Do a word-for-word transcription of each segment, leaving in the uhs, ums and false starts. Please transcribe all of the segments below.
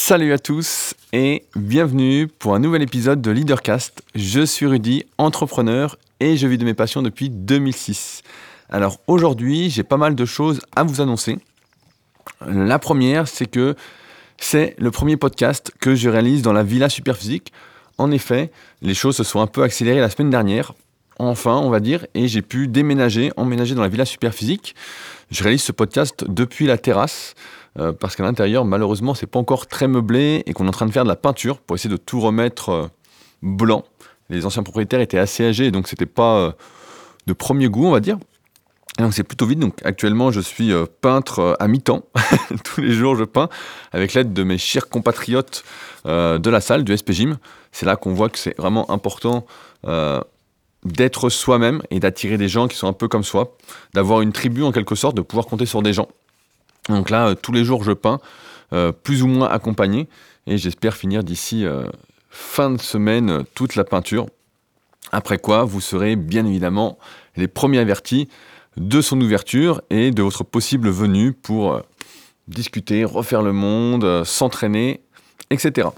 Salut à tous et bienvenue pour un nouvel épisode de Leadercast. Je suis Rudy, entrepreneur et je vis de mes passions depuis deux mille six. Alors aujourd'hui, j'ai pas mal de choses à vous annoncer. La première, c'est que c'est le premier podcast que je réalise dans la Villa Superphysique. En effet, les choses se sont un peu accélérées la semaine dernière, enfin on va dire, et j'ai pu déménager, emménager dans la Villa Superphysique. Je réalise ce podcast depuis la terrasse, euh, parce qu'à l'intérieur, malheureusement, c'est pas encore très meublé et qu'on est en train de faire de la peinture pour essayer de tout remettre euh, blanc. Les anciens propriétaires étaient assez âgés, donc c'était pas euh, de premier goût, on va dire. Et donc c'est plutôt vite. Donc actuellement, je suis euh, peintre euh, à mi-temps. Tous les jours, je peins avec l'aide de mes chers compatriotes euh, de la salle, du S P Gym. C'est là qu'on voit que c'est vraiment important euh, d'être soi-même et d'attirer des gens qui sont un peu comme soi, d'avoir une tribu en quelque sorte, de pouvoir compter sur des gens. Donc là, euh, tous les jours, je peins, euh, plus ou moins accompagné, et j'espère finir d'ici euh, fin de semaine euh, toute la peinture. Après quoi, vous serez bien évidemment les premiers avertis de son ouverture et de votre possible venue pour euh, discuter, refaire le monde, euh, s'entraîner, et cetera.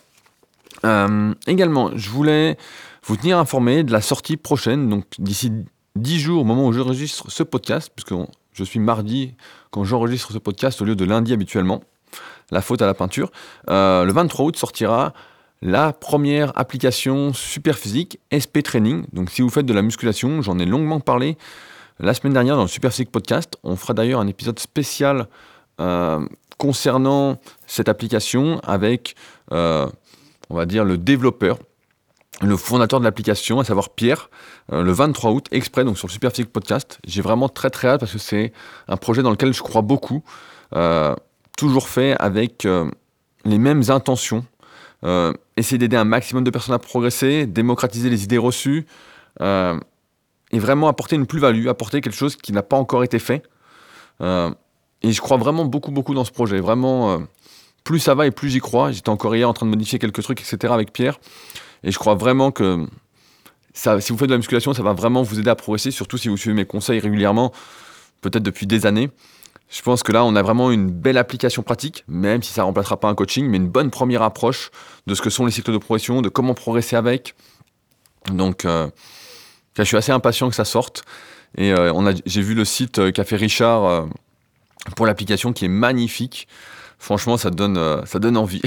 Euh, également, je voulais vous tenir informé de la sortie prochaine, donc d'ici dix jours au moment où j'enregistre ce podcast, puisque je suis mardi quand j'enregistre ce podcast au lieu de lundi habituellement, la faute à la peinture. Euh, le vingt-trois août sortira la première application Superphysique S P Training. Donc si vous faites de la musculation, j'en ai longuement parlé la semaine dernière dans le Superphysique Podcast. On fera d'ailleurs un épisode spécial euh, concernant cette application avec, euh, on va dire, le développeur, le fondateur de l'application, à savoir Pierre, euh, le vingt-trois août, exprès, donc sur le Superphysique Podcast. J'ai vraiment très très hâte parce que c'est un projet dans lequel je crois beaucoup, euh, toujours fait avec euh, les mêmes intentions. Euh, essayer d'aider un maximum de personnes à progresser, démocratiser les idées reçues, euh, et vraiment apporter une plus-value, apporter quelque chose qui n'a pas encore été fait. Euh, et je crois vraiment beaucoup beaucoup dans ce projet. Vraiment, euh, plus ça va et plus j'y crois. J'étais encore hier en train de modifier quelques trucs, et cetera avec Pierre. Et je crois vraiment que ça, si vous faites de la musculation, ça va vraiment vous aider à progresser, surtout si vous suivez mes conseils régulièrement, peut-être depuis des années. Je pense que là, on a vraiment une belle application pratique, même si ça ne remplacera pas un coaching, mais une bonne première approche de ce que sont les cycles de progression, de comment progresser avec. Donc, euh, je suis assez impatient que ça sorte. Et euh, on a, j'ai vu le site qu'a fait Richard euh, pour l'application qui est magnifique. Franchement, ça donne, euh, ça donne envie.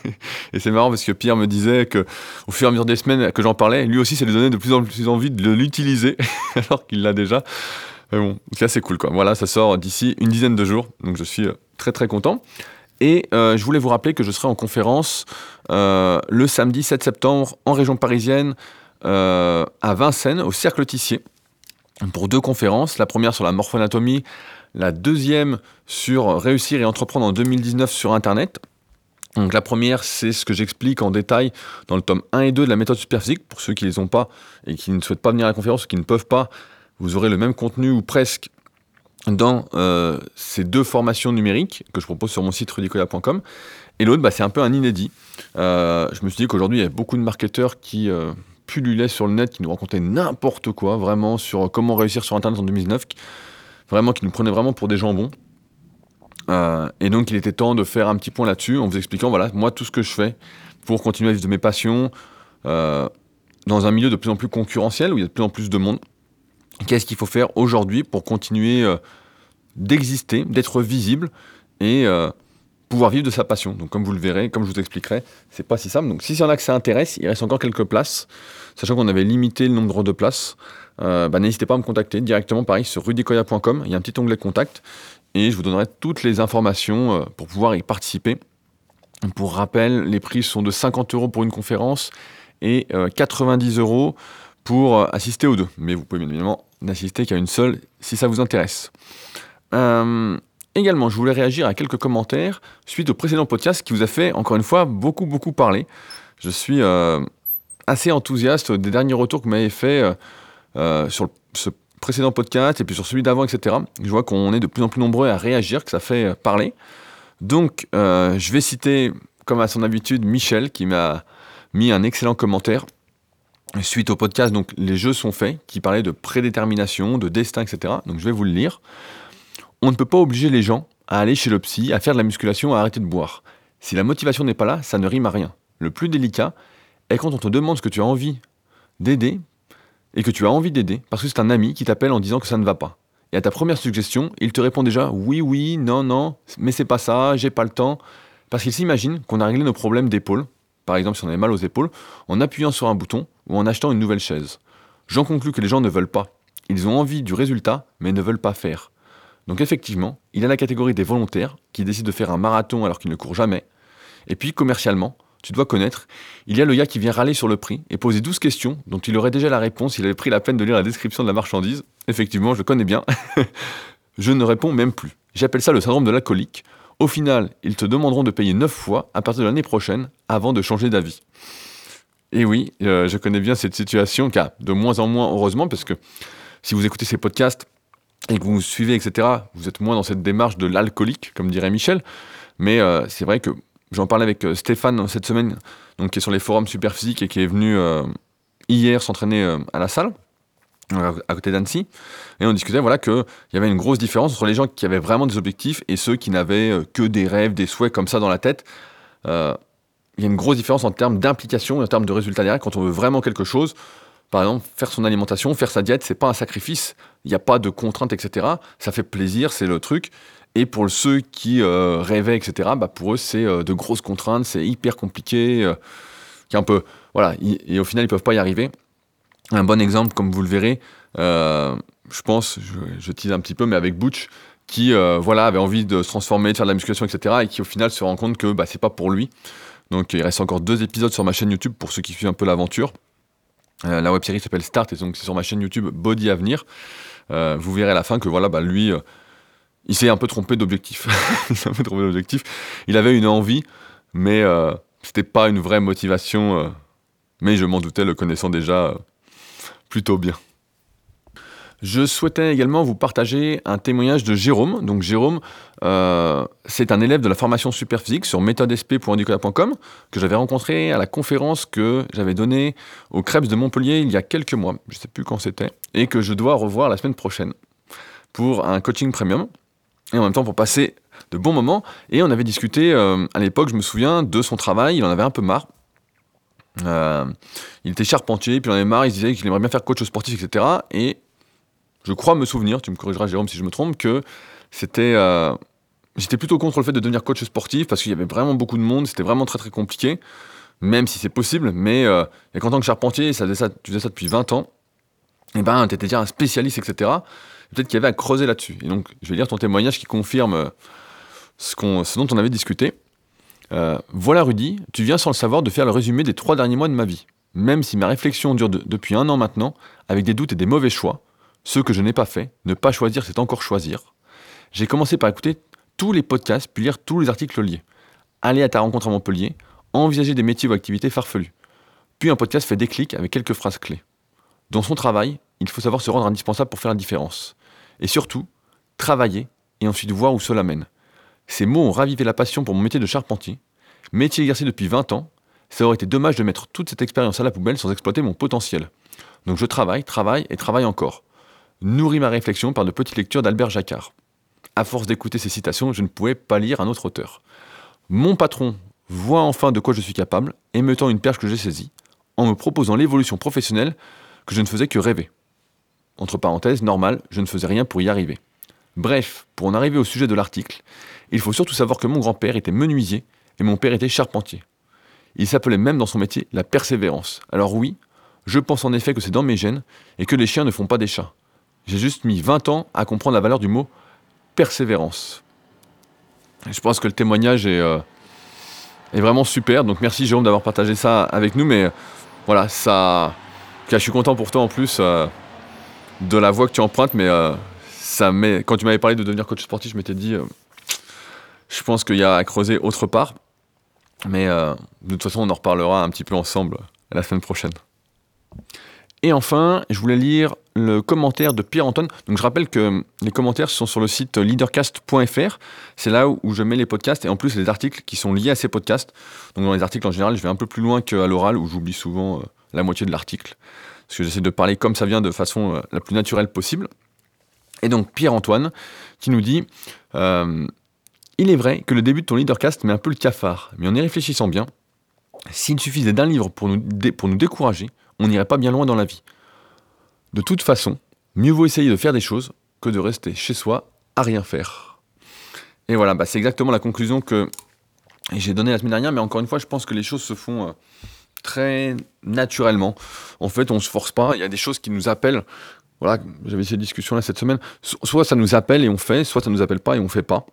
Et c'est marrant parce que Pierre me disait qu'au fur et à mesure des semaines que j'en parlais, lui aussi, ça lui donnait de plus en plus envie de l'utiliser, alors qu'il l'a déjà. Mais bon, là, c'est cool, quoi. Voilà, ça sort d'ici une dizaine de jours, donc je suis très très content. Et euh, je voulais vous rappeler que je serai en conférence euh, le samedi sept septembre en région parisienne, euh, à Vincennes, au Cercle Tissier, pour deux conférences. La première sur la morphoanatomie, la deuxième sur réussir et entreprendre en deux mille dix-neuf sur Internet. Donc la première, c'est ce que j'explique en détail dans le tome un et deux de la méthode Superphysique. Pour ceux qui ne les ont pas et qui ne souhaitent pas venir à la conférence ou qui ne peuvent pas, vous aurez le même contenu ou presque dans euh, ces deux formations numériques que je propose sur mon site rudy koya point com. Et l'autre, bah, c'est un peu un inédit. Euh, je me suis dit qu'aujourd'hui, il y a beaucoup de marketeurs qui euh, pullulaient sur le net, qui nous racontaient n'importe quoi, vraiment, sur comment réussir sur Internet en deux mille dix-neuf. Vraiment, qui nous prenaient vraiment pour des jambons. Euh, et donc, il était temps de faire un petit point là-dessus, en vous expliquant, voilà, moi, tout ce que je fais pour continuer à vivre de mes passions, euh, dans un milieu de plus en plus concurrentiel, où il y a de plus en plus de monde. Qu'est-ce qu'il faut faire aujourd'hui pour continuer euh, d'exister, d'être visible et euh, pouvoir vivre de sa passion. Donc, comme vous le verrez, comme je vous expliquerai, c'est pas si simple. Donc, si y en a que ça intéresse, il reste encore quelques places, sachant qu'on avait limité le nombre de places. Euh, bah, n'hésitez pas à me contacter directement, pareil, sur rudy koya point com. Il y a un petit onglet contact et je vous donnerai toutes les informations euh, pour pouvoir y participer. Pour rappel, les prix sont de cinquante euros pour une conférence et euh, quatre-vingt-dix euros pour euh, assister aux deux. Mais vous pouvez bien évidemment n'assister qu'à une seule si ça vous intéresse. Euh, également, je voulais réagir à quelques commentaires suite au précédent podcast qui vous a fait, encore une fois, beaucoup, beaucoup parler. Je suis euh, assez enthousiaste des derniers retours que vous m'avez fait euh, euh, sur le, ce précédent podcast et puis sur celui d'avant, et cetera. Je vois qu'on est de plus en plus nombreux à réagir, que ça fait parler. Donc, euh, je vais citer, comme à son habitude, Michel, qui m'a mis un excellent commentaire suite au podcast, donc les jeux sont faits, qui parlait de prédétermination, de destin, et cetera. Donc je vais vous le lire. On ne peut pas obliger les gens à aller chez le psy, à faire de la musculation, à arrêter de boire. Si la motivation n'est pas là, ça ne rime à rien. Le plus délicat est quand on te demande ce que tu as envie d'aider et que tu as envie d'aider parce que c'est un ami qui t'appelle en disant que ça ne va pas. Et à ta première suggestion, il te répond déjà « oui, oui, non, non, mais c'est pas ça, j'ai pas le temps ». Parce qu'il s'imagine qu'on a réglé nos problèmes d'épaule, par exemple si on avait mal aux épaules, en appuyant sur un bouton ou en achetant une nouvelle chaise. J'en conclus que les gens ne veulent pas. Ils ont envie du résultat, mais ne veulent pas faire. Donc effectivement, il y a la catégorie des volontaires qui décident de faire un marathon alors qu'ils ne courent jamais. Et puis commercialement, tu dois connaître, il y a le gars qui vient râler sur le prix et poser douze questions dont il aurait déjà la réponse s'il avait pris la peine de lire la description de la marchandise. Effectivement, je le connais bien. Je ne réponds même plus. J'appelle ça le syndrome de l'alcoolique. Au final, ils te demanderont de payer neuf fois à partir de l'année prochaine avant de changer d'avis. Et oui, euh, je connais bien cette situation, car de moins en moins, heureusement, parce que si vous écoutez ces podcasts et que vous me suivez, et cetera, vous êtes moins dans cette démarche de l'alcoolique, comme dirait Michel. Mais euh, c'est vrai que j'en parlais avec euh, Stéphane cette semaine, donc, qui est sur les forums Superphysique et qui est venu euh, hier s'entraîner euh, à la salle, euh, à côté d'Annecy. Et on discutait voilà, qu'il y avait une grosse différence entre les gens qui avaient vraiment des objectifs et ceux qui n'avaient euh, que des rêves, des souhaits comme ça dans la tête. Euh, il y a une grosse différence en termes d'implication et en termes de résultats derrière. Quand on veut vraiment quelque chose, par exemple, faire son alimentation, faire sa diète, c'est pas un sacrifice. Il n'y a pas de contraintes, et cetera. Ça fait plaisir, c'est le truc. Et pour ceux qui euh, rêvaient, et cetera, bah pour eux, c'est euh, de grosses contraintes, c'est hyper compliqué. Euh, qui est un peu, voilà, y, et au final, ils ne peuvent pas y arriver. Un bon exemple, comme vous le verrez, euh, je pense, je, je tease un petit peu, mais avec Butch, qui euh, voilà, avait envie de se transformer, de faire de la musculation, et cetera, et qui au final se rend compte que bah, c'est pas pour lui. Donc il reste encore deux épisodes sur ma chaîne YouTube pour ceux qui suivent un peu l'aventure. Euh, la web série s'appelle Start et donc c'est sur ma chaîne YouTube Body Avenir. Euh, vous verrez à la fin que voilà, bah, lui, euh, il s'est un peu trompé d'objectif. il s'est un peu trompé d'objectif. Il avait une envie, mais euh, c'était pas une vraie motivation. Euh, mais je m'en doutais, le connaissant déjà euh, plutôt bien. Je souhaitais également vous partager un témoignage de Jérôme. Donc Jérôme, euh, c'est un élève de la formation Superphysique sur méthode s p point handicap point com que j'avais rencontré à la conférence que j'avais donnée au Krebs de Montpellier il y a quelques mois, je ne sais plus quand c'était, et que je dois revoir la semaine prochaine pour un coaching premium, et en même temps pour passer de bons moments. Et on avait discuté, euh, à l'époque, je me souviens, de son travail, il en avait un peu marre. Euh, il était charpentier, puis il en avait marre, il se disait qu'il aimerait bien faire coach sportif, et cetera. Et je crois me souvenir, tu me corrigeras Jérôme si je me trompe, que c'était, euh, j'étais plutôt contre le fait de devenir coach sportif parce qu'il y avait vraiment beaucoup de monde, c'était vraiment très très compliqué, même si c'est possible, mais euh, et qu'en tant que charpentier, ça faisait ça, tu faisais ça depuis vingt ans, et ben tu étais déjà un spécialiste, et cetera. Et peut-être qu'il y avait à creuser là-dessus. Et donc je vais lire ton témoignage qui confirme euh, ce, qu'on, ce dont on avait discuté. Euh, voilà Rudy, tu viens sans le savoir de faire le résumé des trois derniers mois de ma vie. Même si ma réflexion dure de, depuis un an maintenant, avec des doutes et des mauvais choix, ceux que je n'ai pas fait, ne pas choisir, c'est encore choisir. J'ai commencé par écouter tous les podcasts, puis lire tous les articles liés. Aller à ta rencontre à Montpellier, envisager des métiers ou activités farfelues. Puis un podcast fait déclic avec quelques phrases clés. Dans son travail, il faut savoir se rendre indispensable pour faire la différence. Et surtout, travailler et ensuite voir où cela mène. Ces mots ont ravivé la passion pour mon métier de charpentier. Métier exercé depuis vingt ans, ça aurait été dommage de mettre toute cette expérience à la poubelle sans exploiter mon potentiel. Donc je travaille, travaille et travaille encore. Nourris ma réflexion par de petites lectures d'Albert Jacquard. À force d'écouter ces citations, je ne pouvais pas lire un autre auteur. Mon patron voit enfin de quoi je suis capable et me tend une perche que j'ai saisie, en me proposant l'évolution professionnelle que je ne faisais que rêver. Entre parenthèses, normal, je ne faisais rien pour y arriver. Bref, pour en arriver au sujet de l'article, il faut surtout savoir que mon grand-père était menuisier et mon père était charpentier. Il s'appelait même dans son métier la persévérance. Alors oui, je pense en effet que c'est dans mes gènes et que les chiens ne font pas des chats. J'ai juste mis vingt ans à comprendre la valeur du mot persévérance. Je pense que le témoignage est, euh, est vraiment super. Donc merci Jérôme d'avoir partagé ça avec nous. Mais euh, voilà, ça, je suis content pour toi en plus euh, de la voie que tu empruntes. Mais euh, ça met, quand tu m'avais parlé de devenir coach sportif, je m'étais dit, euh, je pense qu'il y a à creuser autre part. Mais euh, de toute façon, on en reparlera un petit peu ensemble la semaine prochaine. Et enfin, je voulais lire le commentaire de Pierre-Antoine. Donc je rappelle que les commentaires sont sur le site leadercast point f r. C'est là où je mets les podcasts et en plus les articles qui sont liés à ces podcasts. Donc dans les articles en général, je vais un peu plus loin qu'à l'oral où j'oublie souvent euh, la moitié de l'article. Parce que j'essaie de parler comme ça vient de façon euh, la plus naturelle possible. Et donc Pierre-Antoine qui nous dit... Euh, Il est vrai que le début de ton Leadercast met un peu le cafard, mais en y réfléchissant bien, s'il suffisait d'un livre pour nous, dé- pour nous décourager, on n'irait pas bien loin dans la vie. De toute façon, mieux vaut essayer de faire des choses que de rester chez soi à rien faire. Et voilà, bah, c'est exactement la conclusion que j'ai donnée la semaine dernière, mais encore une fois, je pense que les choses se font euh, très naturellement. En fait, on ne se force pas, il y a des choses qui nous appellent. Voilà, j'avais cette discussion-là cette semaine. So- Soit ça nous appelle et on fait, soit ça nous appelle pas et on fait pas.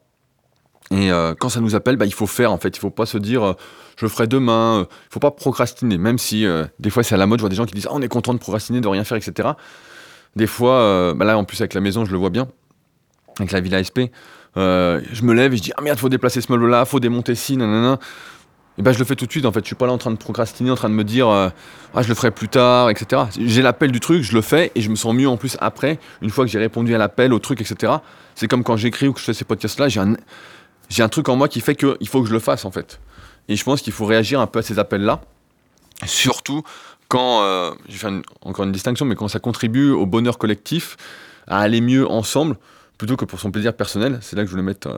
Et euh, quand ça nous appelle, bah, il faut faire en fait. Il faut pas se dire euh, je le ferai demain. Il faut pas procrastiner, même si euh, des fois c'est à la mode. Je vois des gens qui disent ah, on est content de procrastiner, de rien faire, et cetera. Des fois, euh, bah là en plus avec la maison, je le vois bien, avec la Villa S P. euh, je me lève et je dis ah merde, faut déplacer ce meuble-là, faut démonter ci, nanana. Et ben je le fais tout de suite en fait. Je suis pas là en train de procrastiner, en train de me dire euh, ah je le ferai plus tard, et cetera. J'ai l'appel du truc, je le fais et je me sens mieux en plus après, une fois que j'ai répondu à l'appel, au truc, et cetera. C'est comme quand j'écris ou que je fais ces podcasts-là, j'ai un j'ai un truc en moi qui fait qu'il faut que je le fasse en fait. Et je pense qu'il faut réagir un peu à ces appels-là, surtout quand, euh, je vais faire une- encore une distinction, mais quand ça contribue au bonheur collectif, à aller mieux ensemble, plutôt que pour son plaisir personnel. C'est là que je voulais mettre euh,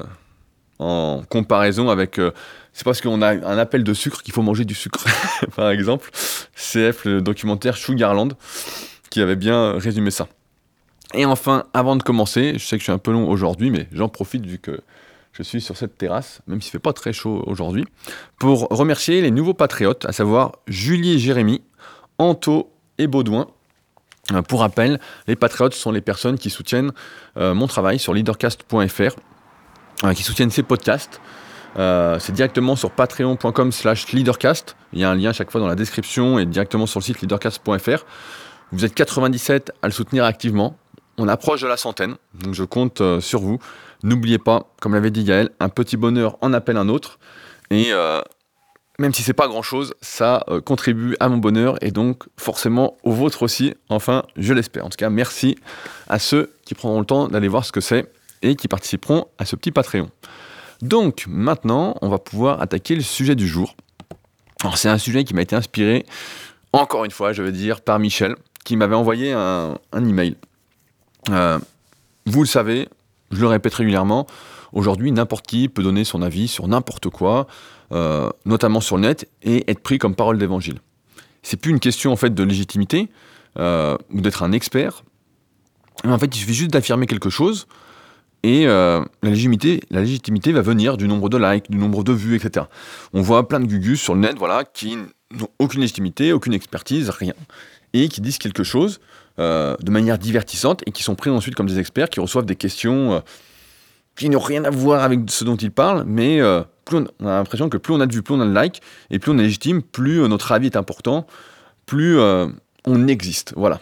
en comparaison avec... euh, c'est parce qu'on a un appel de sucre qu'il faut manger du sucre, par exemple. C F, le documentaire Sugarland, qui avait bien résumé ça. Et enfin, avant de commencer, je sais que je suis un peu long aujourd'hui, mais j'en profite vu que je suis sur cette terrasse, même s'il ne fait pas très chaud aujourd'hui, pour remercier les nouveaux patriotes, à savoir Julie et Jérémy, Anto et Baudouin. Euh, Pour rappel, les patriotes sont les personnes qui soutiennent euh, mon travail sur leadercast point f r, euh, qui soutiennent ces podcasts. Euh, c'est directement sur patreon point com slash leadercast. Il y a un lien à chaque fois dans la description et directement sur le site leadercast point f r. Vous êtes quatre-vingt-dix-sept à le soutenir activement. On approche de la centaine, donc je compte euh, sur vous. N'oubliez pas, comme l'avait dit Gaël, un petit bonheur en appelle un autre. Et euh, même si c'est pas grand-chose, ça euh, contribue à mon bonheur et donc forcément au vôtre aussi. Enfin, je l'espère. En tout cas, merci à ceux qui prendront le temps d'aller voir ce que c'est et qui participeront à ce petit Patreon. Donc maintenant, on va pouvoir attaquer le sujet du jour. Alors c'est un sujet qui m'a été inspiré, encore une fois, je veux dire, par Michel, qui m'avait envoyé un, un email. Euh, vous le savez, je le répète régulièrement, aujourd'hui n'importe qui peut donner son avis sur n'importe quoi, euh, notamment sur le net, et être pris comme parole d'évangile. C'est plus une question en fait de légitimité euh, ou d'être un expert. En fait, il suffit juste d'affirmer quelque chose et euh, la légitimité, la légitimité va venir du nombre de likes, du nombre de vues, et cetera. On voit plein de gugus sur le net, voilà, qui n'ont aucune légitimité, aucune expertise, rien, et qui disent quelque chose euh, de manière divertissante et qui sont pris ensuite comme des experts, qui reçoivent des questions euh, qui n'ont rien à voir avec ce dont ils parlent, mais euh, plus on, on a l'impression que plus on a de vues, plus on a de likes, et plus on est légitime, plus euh, notre avis est important, plus euh, on existe. Voilà.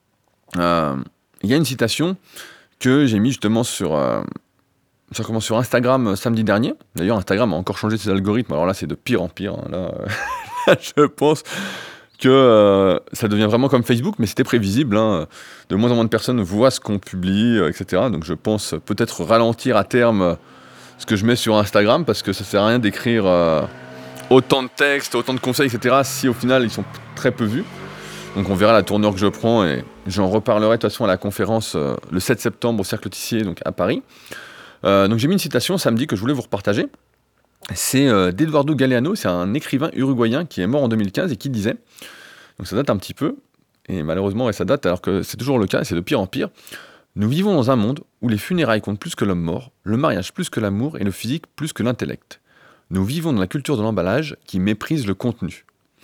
Euh, Il y a une citation que j'ai mis justement sur, euh, sur, comment, sur Instagram euh, samedi dernier. D'ailleurs, Instagram a encore changé ses algorithmes. Alors là, c'est de pire en pire. Hein. Là, euh, je pense que euh, ça devient vraiment comme Facebook, mais c'était prévisible. Hein. De moins en moins de personnes voient ce qu'on publie, euh, et cetera. Donc je pense peut-être ralentir à terme euh, ce que je mets sur Instagram, parce que ça sert à rien d'écrire euh, autant de textes, autant de conseils, et cetera, si au final ils sont p- très peu vus. Donc on verra la tournure que je prends et j'en reparlerai de toute façon à la conférence euh, le sept septembre au Cercle Tissier, donc à Paris. Euh, donc j'ai mis une citation samedi que je voulais vous repartager. C'est euh, d'Eduardo Galeano, c'est un écrivain uruguayen qui est mort en deux mille quinze et qui disait, donc ça date un petit peu, et malheureusement ouais, ça date alors que c'est toujours le cas, et c'est de pire en pire. Nous vivons dans un monde où les funérailles comptent plus que l'homme mort, le mariage plus que l'amour et le physique plus que l'intellect. Nous vivons dans la culture de l'emballage qui méprise le contenu.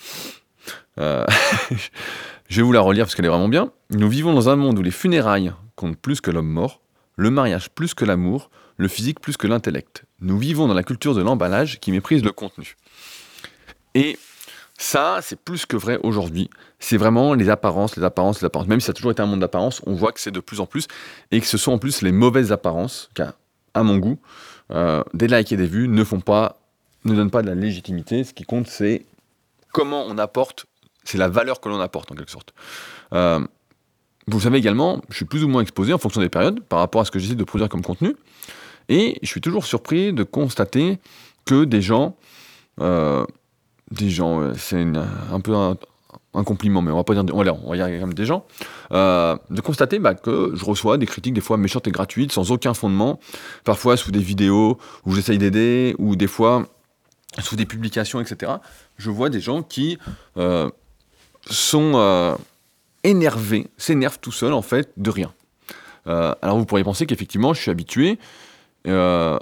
Euh, je vais vous la relire parce qu'elle est vraiment bien. Nous vivons dans un monde où les funérailles comptent plus que l'homme mort, le mariage plus que l'amour, le physique plus que l'intellect. Nous vivons dans la culture de l'emballage qui méprise le contenu. Et ça, c'est plus que vrai aujourd'hui. C'est vraiment les apparences, les apparences, les apparences. Même si ça a toujours été un monde d'apparences, on voit que c'est de plus en plus, et que ce sont en plus les mauvaises apparences, car à mon goût, euh, des likes et des vues ne font pas, ne donnent pas de la légitimité. Ce qui compte, c'est comment on apporte, c'est la valeur que l'on apporte en quelque sorte. Euh, vous le savez également, je suis plus ou moins exposé en fonction des périodes par rapport à ce que j'essaie de produire comme contenu, et je suis toujours surpris de constater que des gens, euh, des gens, euh, c'est une- un peu un, un compliment, mais on va pas dire, voilà, on va dire quand même des gens, euh, de constater bah, que je reçois des critiques des fois méchantes et gratuites, sans aucun fondement, parfois sous des vidéos où j'essaye d'aider, ou des fois sous des publications, et cetera. Je vois des gens qui euh, sont euh, énervés, s'énervent tout seuls en fait de rien. Euh, alors vous pourriez penser qu'effectivement je suis habitué, euh,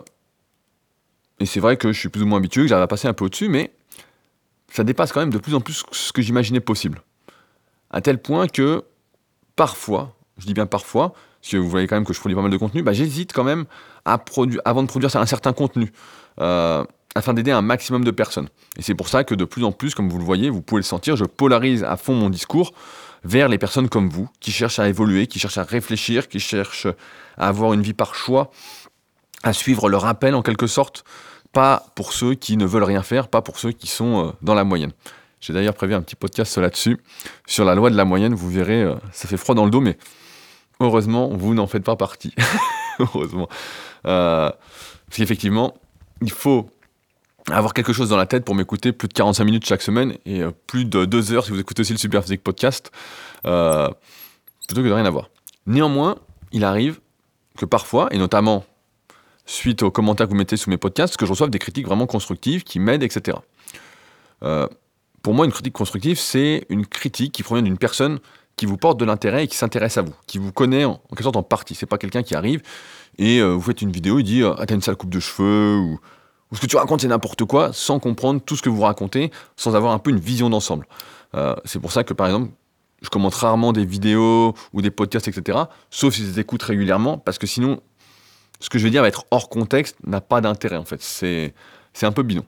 et c'est vrai que je suis plus ou moins habitué, que j'arrive à passer un peu au-dessus, mais ça dépasse quand même de plus en plus ce que j'imaginais possible. À tel point que parfois, je dis bien parfois, parce que vous voyez quand même que je produis pas mal de contenu, bah, j'hésite quand même à produire, avant de produire un certain contenu, euh, afin d'aider un maximum de personnes. Et c'est pour ça que de plus en plus, comme vous le voyez, vous pouvez le sentir, je polarise à fond mon discours vers les personnes comme vous, qui cherchent à évoluer, qui cherchent à réfléchir, qui cherchent à avoir une vie par choix, à suivre leur appel en quelque sorte, pas pour ceux qui ne veulent rien faire, pas pour ceux qui sont euh, dans la moyenne. J'ai d'ailleurs prévu un petit podcast là-dessus, sur la loi de la moyenne, vous verrez, euh, ça fait froid dans le dos, mais heureusement, vous n'en faites pas partie. Heureusement. Euh, parce qu'effectivement, il faut avoir quelque chose dans la tête pour m'écouter plus de quarante-cinq minutes chaque semaine, et euh, plus de deux heures si vous écoutez aussi le Superphysique Podcast, euh, plutôt que de rien avoir. Néanmoins, il arrive que parfois, et notamment suite aux commentaires que vous mettez sous mes podcasts, que je reçoive des critiques vraiment constructives qui m'aident, et cetera. Euh, pour moi, une critique constructive, c'est une critique qui provient d'une personne qui vous porte de l'intérêt et qui s'intéresse à vous, qui vous connaît en, en quelque sorte en partie. C'est pas quelqu'un qui arrive et euh, vous faites une vidéo et dit ah, t'as une sale coupe de cheveux, ou, ou ce que tu racontes c'est n'importe quoi, sans comprendre tout ce que vous racontez, sans avoir un peu une vision d'ensemble. Euh, c'est pour ça que par exemple, je commente rarement des vidéos ou des podcasts, et cetera, sauf si je les écoute régulièrement, parce que sinon, ce que je vais dire va être hors contexte, n'a pas d'intérêt en fait. C'est, c'est un peu bidon.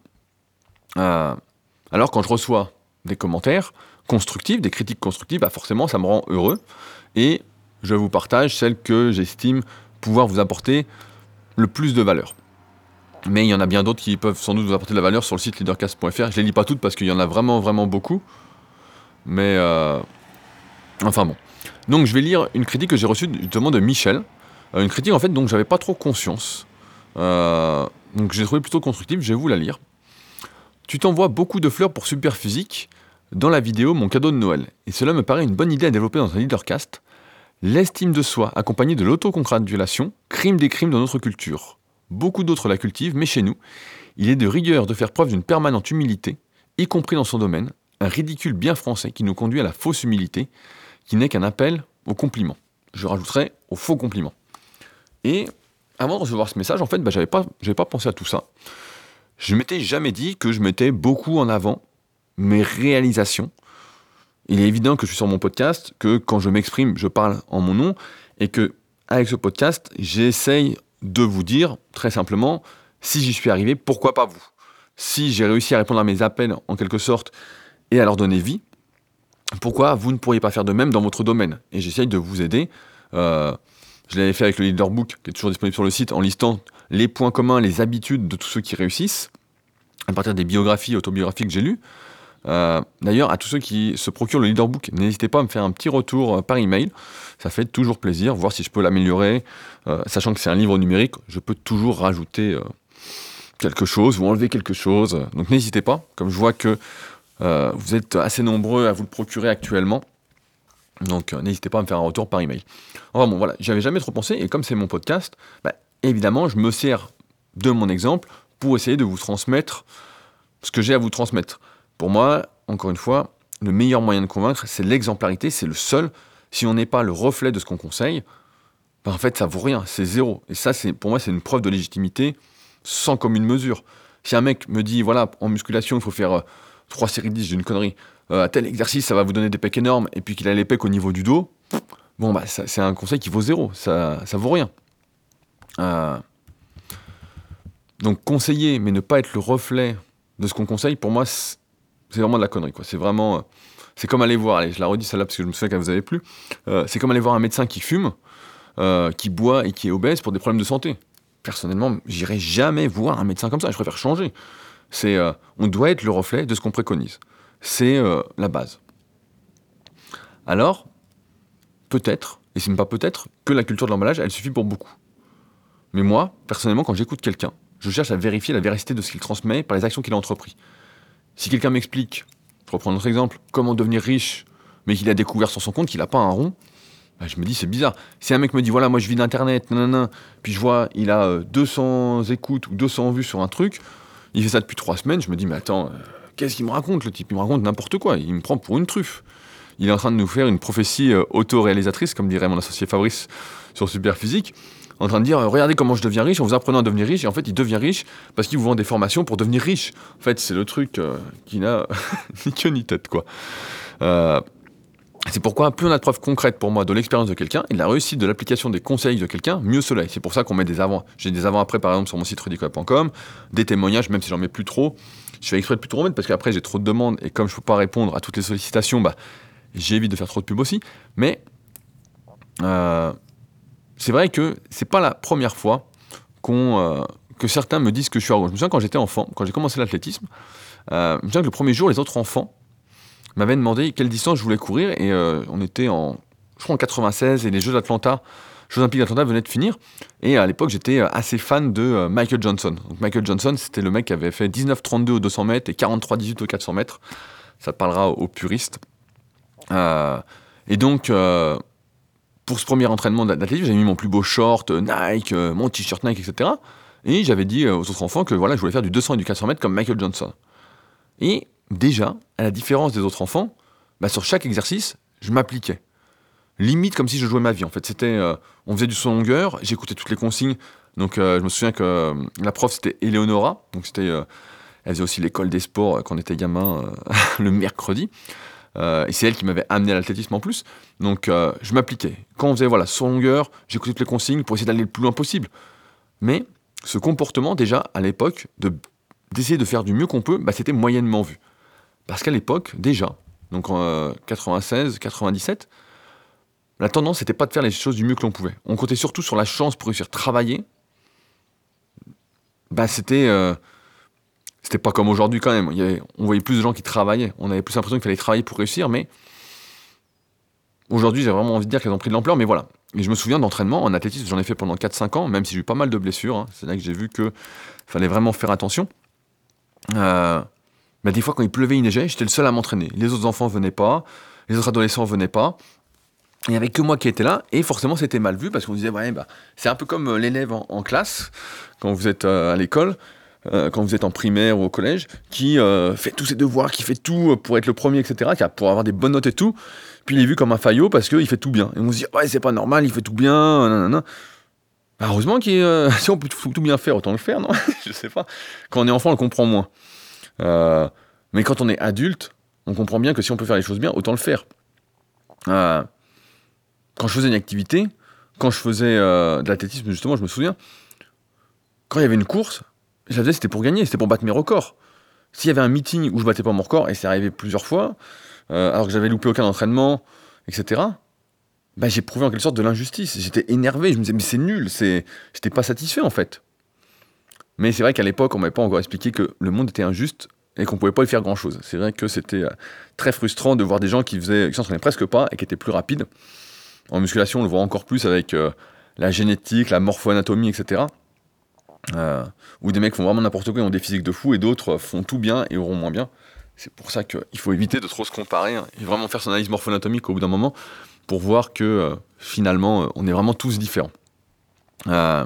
Euh, alors quand je reçois des commentaires constructifs, des critiques constructives, bah forcément ça me rend heureux et je vous partage celles que j'estime pouvoir vous apporter le plus de valeur. Mais il y en a bien d'autres qui peuvent sans doute vous apporter de la valeur sur le site leadercast point f r. Je les lis pas toutes parce qu'il y en a vraiment vraiment beaucoup. Mais euh... enfin bon. Donc je vais lire une critique que j'ai reçue justement de Michel. Euh, une critique en fait dont j'avais pas trop conscience. Euh... Donc j'ai trouvé plutôt constructive, je vais vous la lire. Tu t'envoies beaucoup de fleurs pour Superphysique dans la vidéo Mon cadeau de Noël. Et cela me paraît une bonne idée à développer dans un leadercast. L'estime de soi accompagnée de l'autocongratulation, crime des crimes dans notre culture. Beaucoup d'autres la cultivent, mais chez nous, il est de rigueur de faire preuve d'une permanente humilité, y compris dans son domaine, un ridicule bien français qui nous conduit à la fausse humilité, qui n'est qu'un appel au compliment. Je rajouterai au faux compliment. Et avant de recevoir ce message, en fait, bah, j'avais pas, j'avais pas pensé à tout ça. Je m'étais jamais dit que je mettais beaucoup en avant mes réalisations. Il est évident que je suis sur mon podcast, que quand je m'exprime, je parle en mon nom, et que avec ce podcast, j'essaye de vous dire, très simplement, si j'y suis arrivé, pourquoi pas vous ? Si j'ai réussi à répondre à mes appels, en quelque sorte, et à leur donner vie, pourquoi vous ne pourriez pas faire de même dans votre domaine ? Et j'essaye de vous aider. Euh, je l'avais fait avec le Leaderbook, qui est toujours disponible sur le site, en listant les points communs, les habitudes de tous ceux qui réussissent, à partir des biographies, autobiographies que j'ai lues. Euh, d'ailleurs, à tous ceux qui se procurent le Leaderbook, n'hésitez pas à me faire un petit retour euh, par email. Ça fait toujours plaisir, voir si je peux l'améliorer. Euh, sachant que c'est un livre numérique, je peux toujours rajouter euh, quelque chose ou enlever quelque chose. Donc n'hésitez pas, comme je vois que euh, vous êtes assez nombreux à vous le procurer actuellement. Donc euh, n'hésitez pas à me faire un retour par email. Enfin bon, voilà, j'y avais jamais trop pensé, et comme c'est mon podcast, bah, évidemment, je me sers de mon exemple pour essayer de vous transmettre ce que j'ai à vous transmettre. Pour moi, encore une fois, le meilleur moyen de convaincre, c'est l'exemplarité, c'est le seul. Si on n'est pas le reflet de ce qu'on conseille, ben en fait, ça vaut rien, c'est zéro. Et ça, c'est, pour moi, c'est une preuve de légitimité sans commune mesure. Si un mec me dit, voilà, en musculation, il faut faire euh, trois séries de dix, j'ai une connerie, euh, tel exercice, ça va vous donner des pecs énormes, et puis qu'il a les pecs au niveau du dos, bon, bah, ça, c'est un conseil qui vaut zéro, ça, ça vaut rien. Euh... Donc, conseiller, mais ne pas être le reflet de ce qu'on conseille, pour moi, c'est c'est vraiment de la connerie, quoi. C'est vraiment... Euh, c'est comme aller voir, allez, je la redis celle-là parce que je me souviens qu'elle vous avait plu, euh, c'est comme aller voir un médecin qui fume, euh, qui boit et qui est obèse pour des problèmes de santé. Personnellement, j'irai jamais voir un médecin comme ça, je préfère changer. C'est, euh, on doit être le reflet de ce qu'on préconise. C'est euh, la base. Alors, peut-être, et c'est même pas peut-être, que la culture de l'emballage, elle suffit pour beaucoup. Mais moi, personnellement, quand j'écoute quelqu'un, je cherche à vérifier la véracité de ce qu'il transmet par les actions qu'il a entreprises. Si quelqu'un m'explique, reprends notre exemple, comment devenir riche, mais qu'il a découvert sur son compte qu'il n'a pas un rond, bah, je me dis c'est bizarre. Si un mec me dit voilà moi je vis d'internet, nanana, puis je vois il a euh, deux cents écoutes ou deux cents vues sur un truc, il fait ça depuis trois semaines, je me dis mais attends, euh, qu'est-ce qu'il me raconte le type? Il me raconte n'importe quoi, il me prend pour une truffe. Il est en train de nous faire une prophétie euh, auto-réalisatrice, comme dirait mon associé Fabrice sur Superphysique, en train de dire euh, regardez comment je deviens riche en vous apprenant à devenir riche, et en fait il devient riche parce qu'il vous vend des formations pour devenir riche. En fait c'est le truc euh, qui n'a ni queue ni tête quoi. Euh, C'est pourquoi plus on a de preuves concrètes pour moi de l'expérience de quelqu'un et de la réussite de l'application des conseils de quelqu'un, mieux cela est. C'est pour ça qu'on met des avant. J'ai des avant-après par exemple sur mon site rudicoya point com, des témoignages, même si j'en mets plus trop. Je fais exprès de plus trop mettre parce qu'après j'ai trop de demandes et comme je ne peux pas répondre à toutes les sollicitations, bah, j'évite de faire trop de pub aussi. Mais euh, c'est vrai que c'est pas la première fois qu'on, euh, que certains me disent que je suis arrogant. Je me souviens quand j'étais enfant, quand j'ai commencé l'athlétisme, euh, je me souviens que le premier jour, les autres enfants m'avait demandé quelle distance je voulais courir et euh, on était en, je crois en quatre-vingt-seize et les Jeux d'Atlanta, Jeux Olympiques d'Atlanta venaient de finir et à l'époque j'étais assez fan de euh, Michael Johnson. Donc Michael Johnson c'était le mec qui avait fait dix-neuf trente-deux au deux cents mètres et quarante-trois dix-huit au quatre cents mètres. Ça parlera aux, aux puristes. Euh, et donc euh, pour ce premier entraînement d'athlétisme j'avais mis mon plus beau short euh, Nike, euh, mon t-shirt Nike et cetera. Et j'avais dit euh, aux autres enfants que voilà je voulais faire du deux cents et du quatre cents mètres comme Michael Johnson. Et déjà, à la différence des autres enfants, bah sur chaque exercice, je m'appliquais. Limite comme si je jouais ma vie. En fait, c'était, euh, on faisait du saut longueur, j'écoutais toutes les consignes. Donc, euh, je me souviens que euh, la prof c'était Eleonora. Donc, c'était, euh, elle faisait aussi l'école des sports euh, quand on était gamin euh, le mercredi. Euh, et c'est elle qui m'avait amené à l'athlétisme en plus. Donc, euh, je m'appliquais. Quand on faisait voilà saut longueur, j'écoutais toutes les consignes pour essayer d'aller le plus loin possible. Mais ce comportement déjà à l'époque de d'essayer de faire du mieux qu'on peut, bah, c'était moyennement vu. Parce qu'à l'époque, déjà, donc en euh, quatre-vingt-seize quatre-vingt-dix-sept, la tendance n'était pas de faire les choses du mieux que l'on pouvait. On comptait surtout sur la chance pour réussir à travailler. Bah, c'était, euh, c'était pas comme aujourd'hui quand même. Il y avait, on voyait plus de gens qui travaillaient. On avait plus l'impression qu'il fallait travailler pour réussir, mais aujourd'hui, j'ai vraiment envie de dire qu'elles ont pris de l'ampleur, mais voilà. Et je me souviens d'entraînement en athlétisme, j'en ai fait pendant quatre cinq ans, même si j'ai eu pas mal de blessures. Hein. C'est là que j'ai vu qu'il fallait vraiment faire attention. Euh, bah des fois quand il pleuvait, il neigeait, j'étais le seul à m'entraîner. Les autres enfants venaient pas, les autres adolescents venaient pas. Il n'y avait que moi qui étais là, et forcément c'était mal vu parce qu'on disait ouais bah c'est un peu comme euh, l'élève en, en classe quand vous êtes euh, à l'école, euh, quand vous êtes en primaire ou au collège, qui euh, fait tous ses devoirs, qui fait tout pour être le premier, et cetera, qui a pour avoir des bonnes notes et tout. Puis il est vu comme un faillot parce qu'il fait tout bien. Et on se dit ouais c'est pas normal, il fait tout bien, nanana. Bah, heureusement qu'il euh, si on peut tout bien faire, autant le faire, non? Je sais pas. Quand on est enfant, on le comprend moins. Euh, mais quand on est adulte, on comprend bien que si on peut faire les choses bien, autant le faire. Euh, quand je faisais une activité, quand je faisais euh, de l'athlétisme, justement, je me souviens, quand il y avait une course, je la faisais, c'était pour gagner, c'était pour battre mes records. S'il y avait un meeting où je battais pas mon record, et c'est arrivé plusieurs fois, euh, alors que j'avais loupé aucun entraînement, et cetera, bah, j'éprouvais en quelque sorte de l'injustice. J'étais énervé, je me disais, mais c'est nul, c'est... j'étais pas satisfait en fait. Mais c'est vrai qu'à l'époque, on m'avait pas encore expliqué que le monde était injuste et qu'on pouvait pas y faire grand-chose. C'est vrai que c'était euh, très frustrant de voir des gens qui faisaient, qui s'entraînaient presque pas et qui étaient plus rapides. En musculation, on le voit encore plus avec euh, la génétique, la morpho-anatomie, et cetera. Euh, où des mecs font vraiment n'importe quoi et ont des physiques de fou et d'autres font tout bien et auront moins bien. C'est pour ça qu'il faut éviter de trop se comparer hein, et vraiment faire son analyse morpho-anatomique au bout d'un moment pour voir que euh, finalement, euh, on est vraiment tous différents. Euh,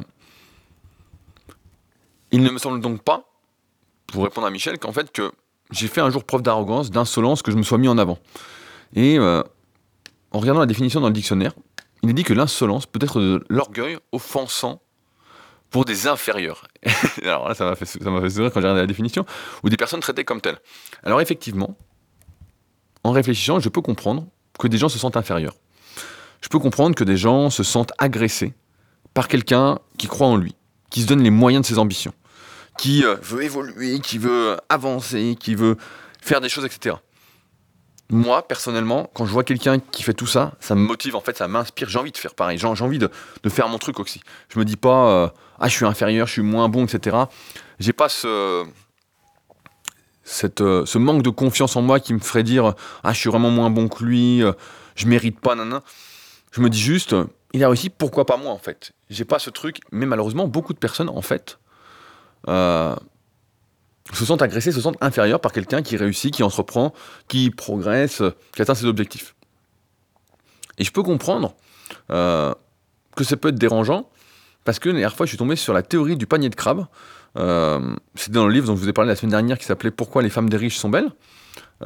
Il ne me semble donc pas, pour répondre à Michel, qu'en fait, que j'ai fait un jour preuve d'arrogance, d'insolence, que je me sois mis en avant. Et euh, en regardant la définition dans le dictionnaire, il est dit que l'insolence peut être de l'orgueil offensant pour des inférieurs. Alors là, ça m'a fait, ça m'a fait sourire quand j'ai regardé la définition, ou des personnes traitées comme telles. Alors effectivement, en réfléchissant, je peux comprendre que des gens se sentent inférieurs. Je peux comprendre que des gens se sentent agressés par quelqu'un qui croit en lui, qui se donne les moyens de ses ambitions, qui euh, veut évoluer, qui veut avancer, qui veut faire des choses, et cetera. Moi, personnellement, quand je vois quelqu'un qui fait tout ça, ça me motive, en fait, ça m'inspire, j'ai envie de faire pareil, j'ai, j'ai envie de, de faire mon truc aussi. Je me dis pas, euh, ah, je suis inférieur, je suis moins bon, et cetera. J'ai pas ce, cette, euh, ce manque de confiance en moi qui me ferait dire, ah, je suis vraiment moins bon que lui, euh, je mérite pas, nanana. Je me dis juste, euh, il a réussi, pourquoi pas moi, en fait. J'ai pas ce truc, mais malheureusement, beaucoup de personnes, en fait, euh, se sentent agressés, se sentent inférieurs par quelqu'un qui réussit, qui entreprend, qui progresse, qui atteint ses objectifs. Et je peux comprendre euh, que ça peut être dérangeant, parce que la dernière fois, je suis tombé sur la théorie du panier de crabes. Euh, C'était dans le livre dont je vous ai parlé la semaine dernière, qui s'appelait « Pourquoi les femmes des riches sont belles euh, ?»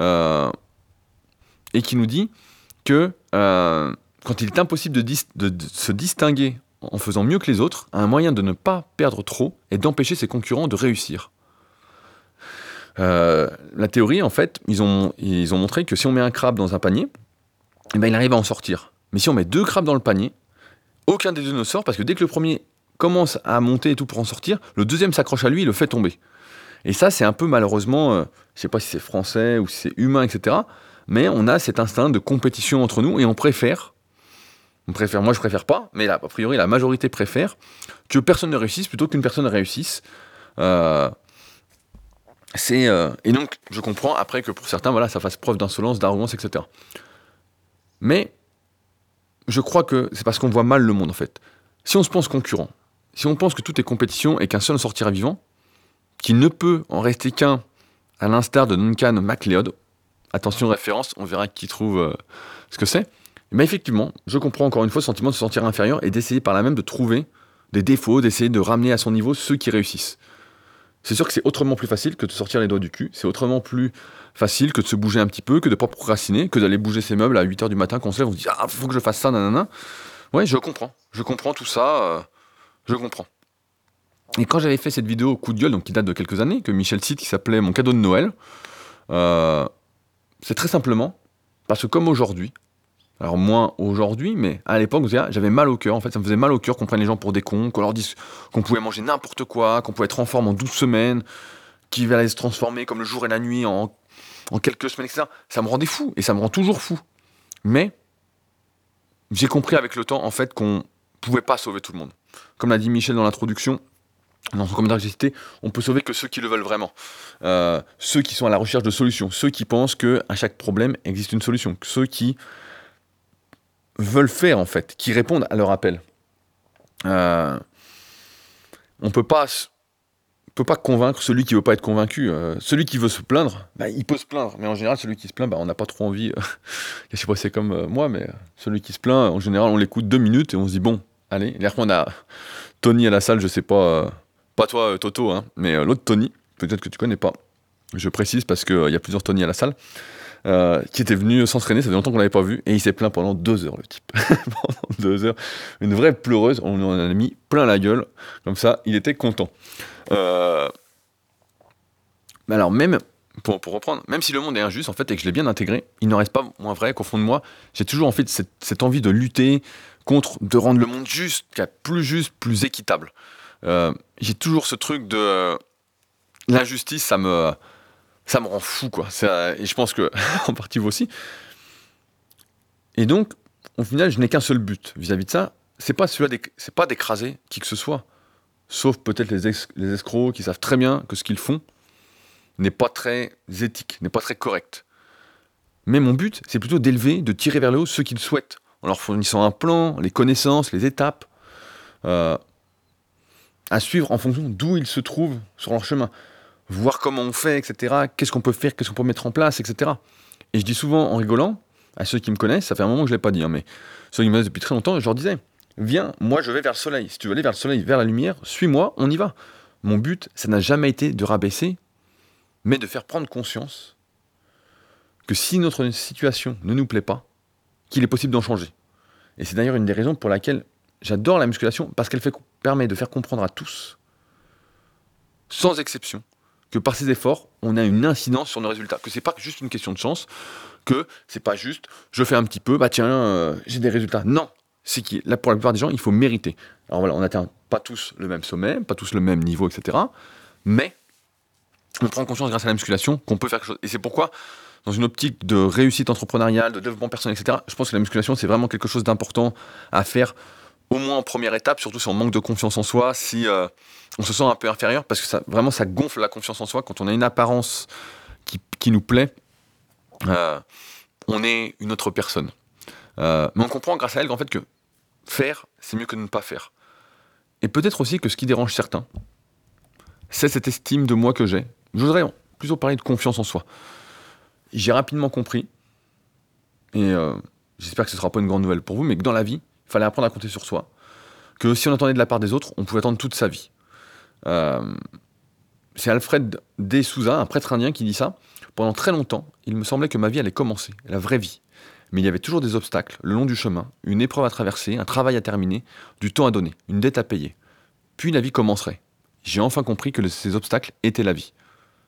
et qui nous dit que euh, quand il est impossible de, dis- de, de se distinguer en faisant mieux que les autres, un moyen de ne pas perdre trop est d'empêcher ses concurrents de réussir. Euh, la théorie, en fait, ils ont, ils ont montré que si on met un crabe dans un panier, eh ben, il arrive à en sortir. Mais si on met deux crabes dans le panier, aucun des deux ne sort, parce que dès que le premier commence à monter et tout pour en sortir, le deuxième s'accroche à lui et le fait tomber. Et ça, c'est un peu malheureusement, euh, je ne sais pas si c'est français ou si c'est humain, et cetera, mais on a cet instinct de compétition entre nous et on préfère, on préfère, moi je préfère pas, mais là, a priori la majorité préfère que personne ne réussisse plutôt qu'une personne réussisse. Euh, c'est, euh, et donc, je comprends après que pour certains, voilà, ça fasse preuve d'insolence, d'arrogance, et cetera. Mais je crois que c'est parce qu'on voit mal le monde, en fait. Si on se pense concurrent, si on pense que tout est compétition et qu'un seul sortira vivant, qu'il ne peut en rester qu'un, à l'instar de Duncan MacLeod, attention référence, on verra qui trouve euh, ce que c'est, mais effectivement, je comprends encore une fois ce sentiment de se sentir inférieur et d'essayer par là même de trouver des défauts, d'essayer de ramener à son niveau ceux qui réussissent. C'est sûr que c'est autrement plus facile que de sortir les doigts du cul, c'est autrement plus facile que de se bouger un petit peu, que de ne pas procrastiner, que d'aller bouger ses meubles à huit heures du matin, qu'on se lève, on se dit « Ah, faut que je fasse ça, nanana ». Ouais, je comprends, je comprends tout ça, euh, je comprends. Et quand j'avais fait cette vidéo coup de gueule, donc qui date de quelques années, que Michel cite, qui s'appelait « Mon cadeau de Noël euh, », c'est très simplement parce que comme aujourd'hui, alors moins aujourd'hui, mais à l'époque, j'avais mal au cœur, en fait, ça me faisait mal au cœur qu'on prenne les gens pour des cons, qu'on leur dise qu'on pouvait manger n'importe quoi, qu'on pouvait être en forme en douze semaines, qu'ils allaient se transformer comme le jour et la nuit en, en quelques semaines, et cetera. Ça me rendait fou, et ça me rend toujours fou. Mais j'ai compris avec le temps, en fait, qu'on pouvait pas sauver tout le monde. Comme l'a dit Michel dans l'introduction, dans son commentaire que j'ai cité, on peut sauver que ceux qui le veulent vraiment. Euh, ceux qui sont à la recherche de solutions, ceux qui pensent qu'à chaque problème existe une solution, ceux qui veulent faire, en fait, qui répondent à leur appel. Euh, on peut pas, peut pas convaincre celui qui veut pas être convaincu. Euh, celui qui veut se plaindre, bah, il peut se plaindre, mais en général, celui qui se plaint, bah, on n'a pas trop envie. Je sais pas si c'est comme euh, moi, mais celui qui se plaint, en général, on l'écoute deux minutes et on se dit bon, allez. Là, on a Tony à la salle, je sais pas, euh, pas toi, euh, Toto, hein, mais euh, l'autre Tony, peut-être que tu connais pas. Je précise parce qu'il euh, y a plusieurs Tony à la salle. Euh, qui était venu s'entraîner, ça fait longtemps qu'on l'avait pas vu, et il s'est plaint pendant deux heures, le type. Pendant deux heures. Une vraie pleureuse, on en a mis plein la gueule, comme ça, il était content. Euh... Mais alors, même, pour, pour reprendre, même si le monde est injuste, en fait, et que je l'ai bien intégré, il n'en reste pas moins vrai qu'au fond de moi, j'ai toujours en fait cette, cette envie de lutter contre, de rendre le monde juste, plus juste, plus équitable. Euh, j'ai toujours ce truc de... Euh, l'injustice, ça me... Ça me rend fou, quoi. Ça, et je pense que, en partie, vous aussi. Et donc, au final, je n'ai qu'un seul but vis-à-vis de ça. C'est pas celui-là, c'est pas d'écraser qui que ce soit. Sauf peut-être les, ex- les escrocs qui savent très bien que ce qu'ils font n'est pas très éthique, n'est pas très correct. Mais mon but, c'est plutôt d'élever, de tirer vers le haut ceux qui le souhaitent, en leur fournissant un plan, les connaissances, les étapes, euh, à suivre en fonction d'où ils se trouvent sur leur chemin. Voir comment on fait, et cetera. Qu'est-ce qu'on peut faire, qu'est-ce qu'on peut mettre en place, et cetera. Et je dis souvent en rigolant, à ceux qui me connaissent, ça fait un moment que je ne l'ai pas dit, hein, mais ceux qui me connaissent depuis très longtemps, je leur disais, viens, moi je vais vers le soleil. Si tu veux aller vers le soleil, vers la lumière, suis-moi, on y va. Mon but, ça n'a jamais été de rabaisser, mais de faire prendre conscience que si notre situation ne nous plaît pas, qu'il est possible d'en changer. Et c'est d'ailleurs une des raisons pour laquelle j'adore la musculation, parce qu'elle fait, permet de faire comprendre à tous, sans exception, que par ces efforts, on a une incidence sur nos résultats, que c'est pas juste une question de chance, que c'est pas juste, je fais un petit peu, bah tiens, euh, j'ai des résultats. Non, c'est que là, pour la plupart des gens, il faut mériter. Alors voilà, on n'atteint pas tous le même sommet, pas tous le même niveau, et cetera. Mais on prend conscience grâce à la musculation qu'on peut faire quelque chose. Et c'est pourquoi, dans une optique de réussite entrepreneuriale, de développement personnel, et cetera, je pense que la musculation, c'est vraiment quelque chose d'important à faire, au moins en première étape, surtout si on manque de confiance en soi, si euh, on se sent un peu inférieur, parce que ça, vraiment, ça gonfle la confiance en soi. Quand on a une apparence qui, qui nous plaît, euh, on est une autre personne. Euh, mais on comprend grâce à elle, en fait, que faire, c'est mieux que de ne pas faire. Et peut-être aussi que ce qui dérange certains, c'est cette estime de moi que j'ai, j'oserais plutôt parler de confiance en soi. J'ai rapidement compris, et euh, j'espère que ce ne sera pas une grande nouvelle pour vous, mais que dans la vie, il fallait apprendre à compter sur soi. Que si on attendait de la part des autres, on pouvait attendre toute sa vie. Euh, c'est Alfred de Souza, un prêtre indien, qui dit ça. Pendant très longtemps, il me semblait que ma vie allait commencer, la vraie vie. Mais il y avait toujours des obstacles le long du chemin, une épreuve à traverser, un travail à terminer, du temps à donner, une dette à payer. Puis la vie commencerait. J'ai enfin compris que le- ces obstacles étaient la vie.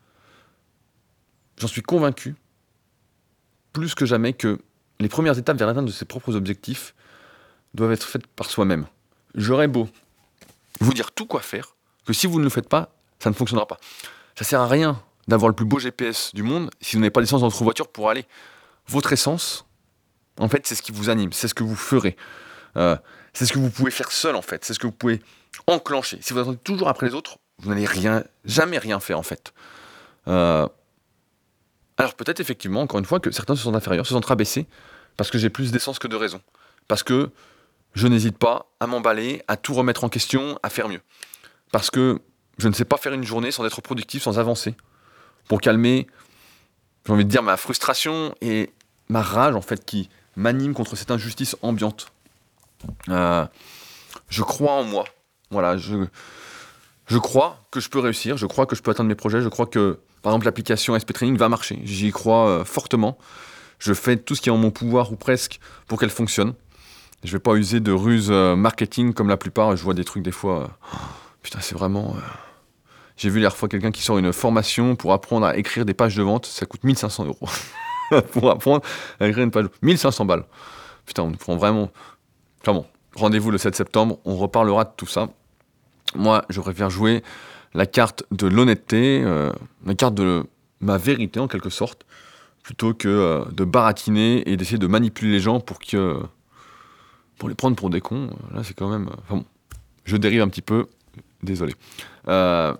J'en suis convaincu, plus que jamais, que les premières étapes vers l'atteinte de ses propres objectifs doivent être faites par soi-même. J'aurais beau vous dire tout quoi faire, que si vous ne le faites pas, ça ne fonctionnera pas. Ça sert à rien d'avoir le plus beau G P S du monde si vous n'avez pas d'essence dans votre voiture pour aller. Votre essence, en fait, c'est ce qui vous anime, c'est ce que vous ferez. Euh, c'est ce que vous pouvez faire seul, en fait. C'est ce que vous pouvez enclencher. Si vous attendez toujours après les autres, vous n'allez rien, jamais rien faire, en fait. Euh, alors peut-être, effectivement, encore une fois, que certains se sentent inférieurs, se sentent rabaissés, parce que j'ai plus d'essence que de raison. Parce que je n'hésite pas à m'emballer, à tout remettre en question, à faire mieux. Parce que je ne sais pas faire une journée sans être productif, sans avancer. Pour calmer, j'ai envie de dire, ma frustration et ma rage, en fait, qui m'anime contre cette injustice ambiante. Euh, je crois en moi. Voilà, je, je crois que je peux réussir, je crois que je peux atteindre mes projets, je crois que, par exemple, l'application S P Training va marcher. J'y crois euh, fortement. Je fais tout ce qui est en mon pouvoir, ou presque, pour qu'elle fonctionne. Je vais pas user de ruses euh, marketing comme la plupart. Je vois des trucs des fois... euh, putain, c'est vraiment... euh, J'ai vu la dernière fois quelqu'un qui sort une formation pour apprendre à écrire des pages de vente. Ça coûte mille cinq cents euros. Pour apprendre à écrire une page de vente. mille cinq cents balles. Putain, on nous prend vraiment... Enfin bon, rendez-vous le sept septembre. On reparlera de tout ça. Moi, je préfère jouer la carte de l'honnêteté, euh, la carte de ma vérité en quelque sorte, plutôt que euh, de baratiner et d'essayer de manipuler les gens pour que... pour les prendre pour des cons. Là, c'est quand même... euh, Enfin bon, je dérive un petit peu. Désolé. Euh,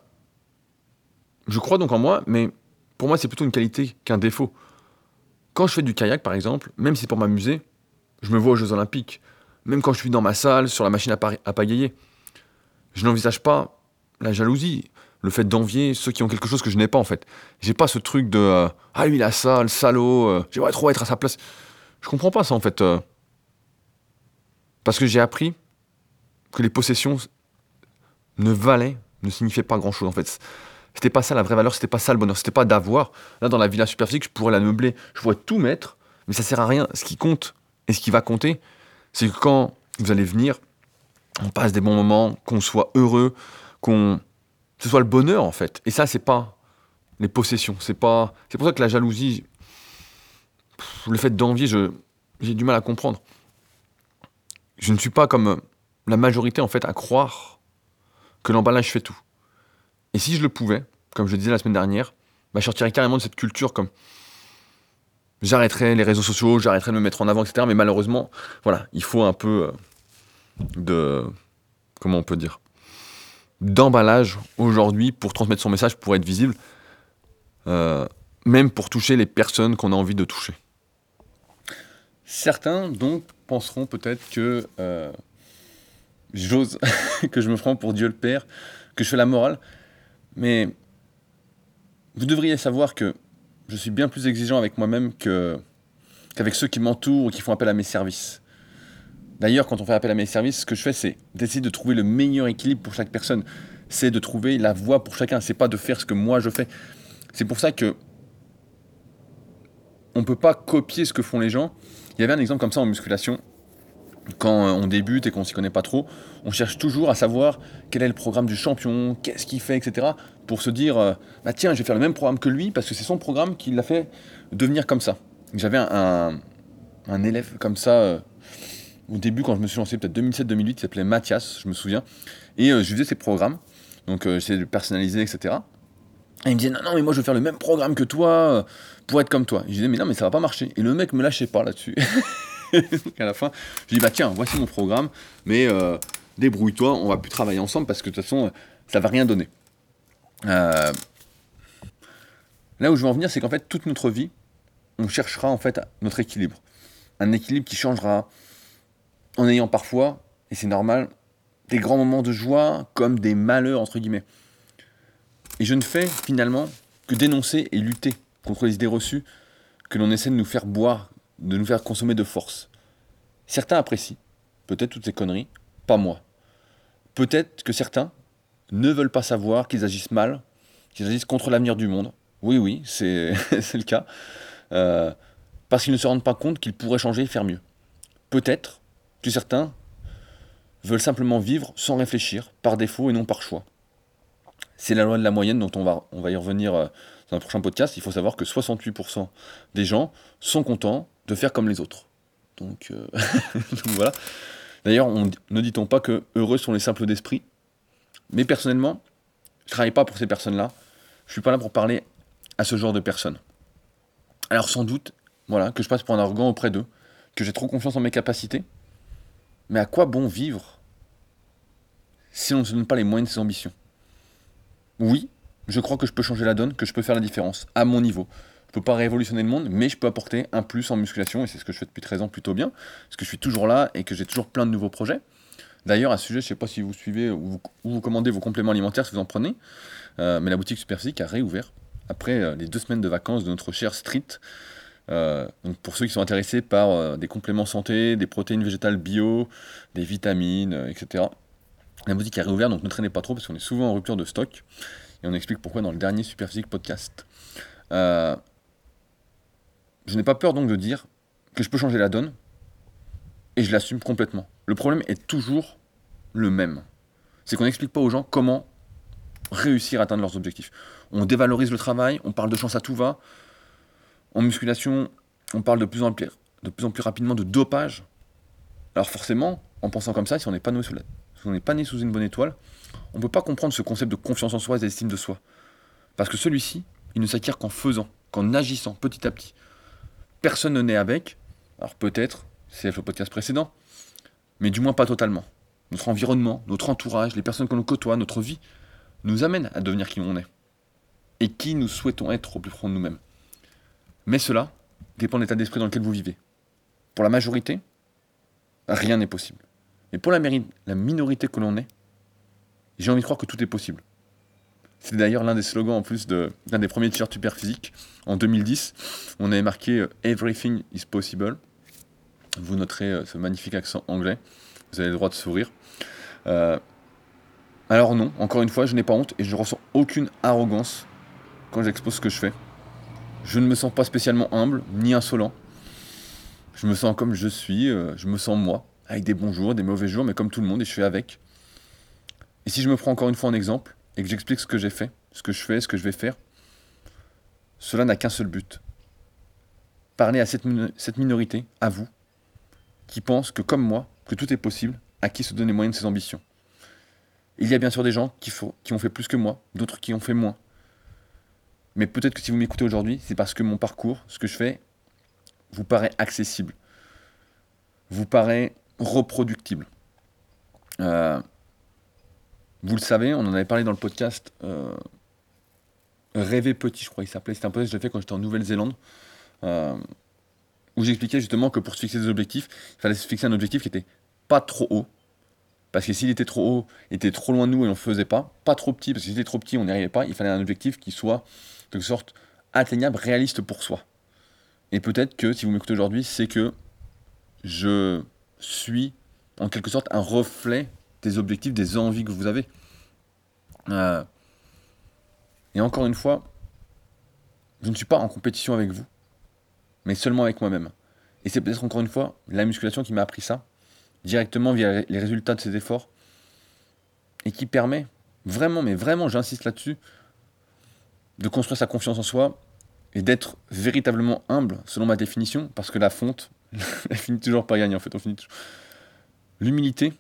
je crois donc en moi, mais pour moi, c'est plutôt une qualité qu'un défaut. Quand je fais du kayak, par exemple, même si c'est pour m'amuser, je me vois aux Jeux Olympiques. Même quand je suis dans ma salle, sur la machine à, pa- à pagayer, je n'envisage pas la jalousie, le fait d'envier ceux qui ont quelque chose que je n'ai pas, en fait. J'ai pas ce truc de euh, ah, lui, il a ça, le salaud, euh, j'aimerais trop être à sa place. Je comprends pas ça, en fait. euh, parce que j'ai appris que les possessions ne valaient, ne signifiaient pas grand-chose, en fait. C'était pas ça la vraie valeur, c'était pas ça le bonheur, c'était pas d'avoir. Là, dans la villa superphysique, je pourrais la meubler, je pourrais tout mettre, mais ça sert à rien. Ce qui compte, et ce qui va compter, c'est que quand vous allez venir, on passe des bons moments, qu'on soit heureux, qu'on... ce soit le bonheur, en fait. Et ça, c'est pas les possessions, c'est pas... C'est pour ça que la jalousie, pff, le fait d'envier, je... j'ai du mal à comprendre. Je ne suis pas comme la majorité, en fait, à croire que l'emballage fait tout. Et si je le pouvais, comme je le disais la semaine dernière, bah, je sortirais carrément de cette culture comme j'arrêterais les réseaux sociaux, j'arrêterais de me mettre en avant, et cetera. Mais malheureusement, voilà, il faut un peu euh, de... Comment on peut dire d'emballage aujourd'hui pour transmettre son message, pour être visible, euh, même pour toucher les personnes qu'on a envie de toucher. Certains, donc, penseront peut-être que euh, j'ose, que je me prends pour Dieu le Père, que je fais la morale, mais vous devriez savoir que je suis bien plus exigeant avec moi-même que, qu'avec ceux qui m'entourent ou qui font appel à mes services. D'ailleurs, quand on fait appel à mes services, ce que je fais, c'est d'essayer de trouver le meilleur équilibre pour chaque personne. C'est de trouver la voie pour chacun. C'est pas de faire ce que moi je fais. C'est pour ça que on peut pas copier ce que font les gens. Il y avait un exemple comme ça en musculation. Quand on débute et qu'on s'y connaît pas trop, on cherche toujours à savoir quel est le programme du champion, qu'est-ce qu'il fait, et cetera. Pour se dire, euh, bah tiens, je vais faire le même programme que lui parce que c'est son programme qui l'a fait devenir comme ça. J'avais un, un, un élève comme ça euh, au début quand je me suis lancé, peut-être deux mille sept deux mille huit, il s'appelait Mathias, je me souviens. Et euh, je lui faisais ses programmes, donc euh, j'essayais de le personnaliser, et cetera. Et il me disait, non, non, mais moi je veux faire le même programme que toi euh, pour être comme toi. Et je disais, mais non, mais ça va pas marcher. Et le mec me lâchait pas là-dessus. Donc à la fin, je dis bah tiens, voici mon programme, mais euh, débrouille-toi, on va plus travailler ensemble parce que de toute façon, ça va rien donner. Euh, là où je veux en venir, c'est qu'en fait, toute notre vie, on cherchera en fait notre équilibre. Un équilibre qui changera en ayant parfois, et c'est normal, des grands moments de joie comme des malheurs, entre guillemets. Et je ne fais finalement que dénoncer et lutter contre les idées reçues que l'on essaie de nous faire boire, de nous faire consommer de force. Certains apprécient, peut-être toutes ces conneries, pas moi. Peut-être que certains ne veulent pas savoir qu'ils agissent mal, qu'ils agissent contre l'avenir du monde. Oui, oui, c'est, c'est le cas. Euh, parce qu'ils ne se rendent pas compte qu'ils pourraient changer et faire mieux. Peut-être que certains veulent simplement vivre sans réfléchir, par défaut et non par choix. C'est la loi de la moyenne dont on va, on va y revenir euh, dans un prochain podcast. Il faut savoir que soixante-huit pour cent des gens sont contents de faire comme les autres. Donc, euh, donc voilà. D'ailleurs, on, ne dit-on pas que heureux sont les simples d'esprit. Mais personnellement, je ne travaille pas pour ces personnes-là. Je ne suis pas là pour parler à ce genre de personnes. Alors sans doute, voilà, que je passe pour un arrogant auprès d'eux, que j'ai trop confiance en mes capacités. Mais à quoi bon vivre si on ne se donne pas les moyens de ses ambitions ? Oui, je crois que je peux changer la donne, que je peux faire la différence, à mon niveau. Je ne peux pas révolutionner le monde, mais je peux apporter un plus en musculation, et c'est ce que je fais depuis treize ans plutôt bien, parce que je suis toujours là et que j'ai toujours plein de nouveaux projets. D'ailleurs, à ce sujet, je ne sais pas si vous suivez ou vous, ou vous commandez vos compléments alimentaires, si vous en prenez, euh, mais la boutique Superphysique a réouvert après euh, les deux semaines de vacances de notre cher Street. Euh, donc pour ceux qui sont intéressés par euh, des compléments santé, des protéines végétales bio, des vitamines, euh, et cetera. La boutique a réouvert, donc ne traînez pas trop parce qu'on est souvent en rupture de stock. Et on explique pourquoi dans le dernier Superphysique podcast. Euh, je n'ai pas peur donc de dire que je peux changer la donne, et je l'assume complètement. Le problème est toujours le même. C'est qu'on n'explique pas aux gens comment réussir à atteindre leurs objectifs. On dévalorise le travail, on parle de chance à tout va. En musculation, on parle de plus en plus, de plus, en plus rapidement de dopage. Alors forcément, en pensant comme ça, si on n'est pas né sous, la, si on n'est pas né sous une bonne étoile, on ne peut pas comprendre ce concept de confiance en soi et d'estime de soi. Parce que celui-ci, il ne s'acquiert qu'en faisant, qu'en agissant petit à petit. Personne ne naît avec, alors peut-être, c'est le podcast précédent, mais du moins pas totalement. Notre environnement, notre entourage, les personnes que l'on côtoie, notre vie, nous amènent à devenir qui on est. Et qui nous souhaitons être au plus profond de nous-mêmes. Mais cela dépend de l'état d'esprit dans lequel vous vivez. Pour la majorité, rien n'est possible. Mais pour la, méri- la minorité que l'on est, j'ai envie de croire que tout est possible. C'est d'ailleurs l'un des slogans en plus de, d'un des premiers t-shirts Superphysique. En deux mille dix, on avait marqué euh, « Everything is possible ». Vous noterez euh, ce magnifique accent anglais. Vous avez le droit de sourire. Euh, alors non, encore une fois, je n'ai pas honte et je ne ressens aucune arrogance quand j'expose ce que je fais. Je ne me sens pas spécialement humble, ni insolent. Je me sens comme je suis, euh, je me sens moi, avec des bons jours, des mauvais jours, mais comme tout le monde, et je fais avec. Et si je me prends encore une fois en exemple, et que j'explique ce que j'ai fait, ce que je fais, ce que je vais faire, cela n'a qu'un seul but. Parler à cette, min- cette minorité, à vous, qui pense que comme moi, que tout est possible, à qui se donne les moyens de ses ambitions. Il y a bien sûr des gens qui, faut, qui ont fait plus que moi, d'autres qui ont fait moins. Mais peut-être que si vous m'écoutez aujourd'hui, c'est parce que mon parcours, ce que je fais, vous paraît accessible, vous paraît reproductible. Euh, vous le savez, on en avait parlé dans le podcast euh, Rêver petit, je crois qu'il s'appelait. C'était un podcast que j'ai fait quand j'étais en Nouvelle-Zélande, euh, où j'expliquais justement que pour se fixer des objectifs, il fallait se fixer un objectif qui n'était pas trop haut, parce que s'il était trop haut, il était trop loin de nous et on ne le faisait pas. Pas trop petit, parce que s'il était trop petit, on n'y arrivait pas. Il fallait un objectif qui soit, de quelque sorte, atteignable, réaliste pour soi. Et peut-être que, si vous m'écoutez aujourd'hui, c'est que je suis, en quelque sorte, un reflet des objectifs, des envies que vous avez. Euh, et encore une fois, je ne suis pas en compétition avec vous, mais seulement avec moi-même. Et c'est peut-être encore une fois la musculation qui m'a appris ça, directement via les résultats de ces efforts, et qui permet, vraiment, mais vraiment, j'insiste là-dessus, de construire sa confiance en soi, et d'être véritablement humble, selon ma définition, parce que la fonte, elle finit toujours par gagner, en fait. On finit toujours... L'humilité,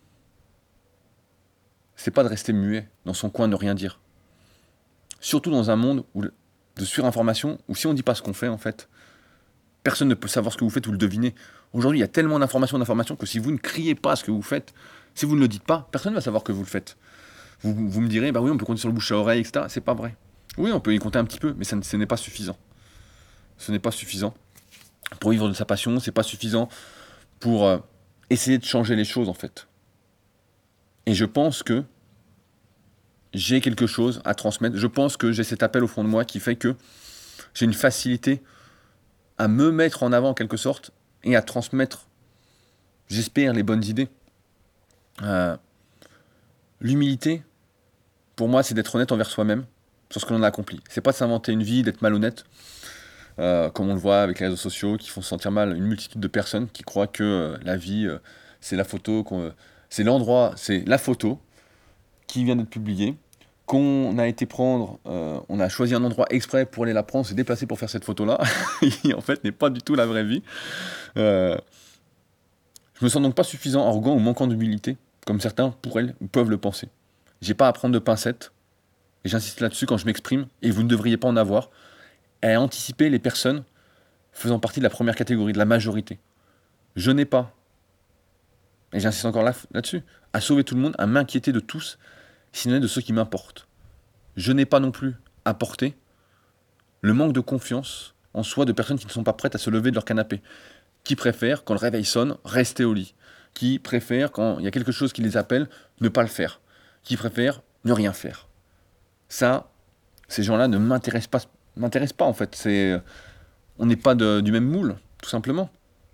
c'est pas de rester muet, dans son coin, ne rien dire. Surtout dans un monde où, de surinformation, où si on ne dit pas ce qu'on fait, en fait, personne ne peut savoir ce que vous faites ou le deviner. Aujourd'hui, il y a tellement d'informations, d'informations, que si vous ne criez pas ce que vous faites, si vous ne le dites pas, personne ne va savoir que vous le faites. Vous, vous me direz, bah oui, on peut compter sur le bouche à oreille, et cetera. C'est pas vrai. Oui, on peut y compter un petit peu, mais ça, ce n'est pas suffisant. Ce n'est pas suffisant pour vivre de sa passion, c'est pas suffisant pour euh, essayer de changer les choses, en fait. Et je pense que j'ai quelque chose à transmettre. Je pense que j'ai cet appel au fond de moi qui fait que j'ai une facilité à me mettre en avant en quelque sorte et à transmettre, j'espère, les bonnes idées. Euh, L'humilité, pour moi, c'est d'être honnête envers soi-même sur ce que l'on a accompli. C'est pas de s'inventer une vie, d'être malhonnête, euh, comme on le voit avec les réseaux sociaux, qui font se sentir mal une multitude de personnes qui croient que euh, la vie, euh, c'est la photo, qu'on, euh, c'est l'endroit, c'est la photo qui vient d'être publiée, qu'on a été prendre, euh, on a choisi un endroit exprès pour aller la prendre, se déplacer pour faire cette photo-là, qui en fait n'est pas du tout la vraie vie. Euh, je me sens donc pas suffisant, arrogant ou manquant d'humilité, comme certains pourraient ou peuvent le penser. J'ai pas à prendre de pincettes, et j'insiste là-dessus quand je m'exprime, et vous ne devriez pas en avoir, à anticiper les personnes faisant partie de la première catégorie, de la majorité. Je n'ai pas, et j'insiste encore là, là-dessus, à sauver tout le monde, à m'inquiéter de tous, sinon de ceux qui m'importent. Je n'ai pas non plus à porter le manque de confiance en soi de personnes qui ne sont pas prêtes à se lever de leur canapé, qui préfèrent, quand le réveil sonne, rester au lit, qui préfèrent, quand il y a quelque chose qui les appelle, ne pas le faire, qui préfèrent ne rien faire. Ça, ces gens-là ne m'intéressent pas, m'intéressent pas en fait. C'est, on n'est pas de- du même moule, tout simplement.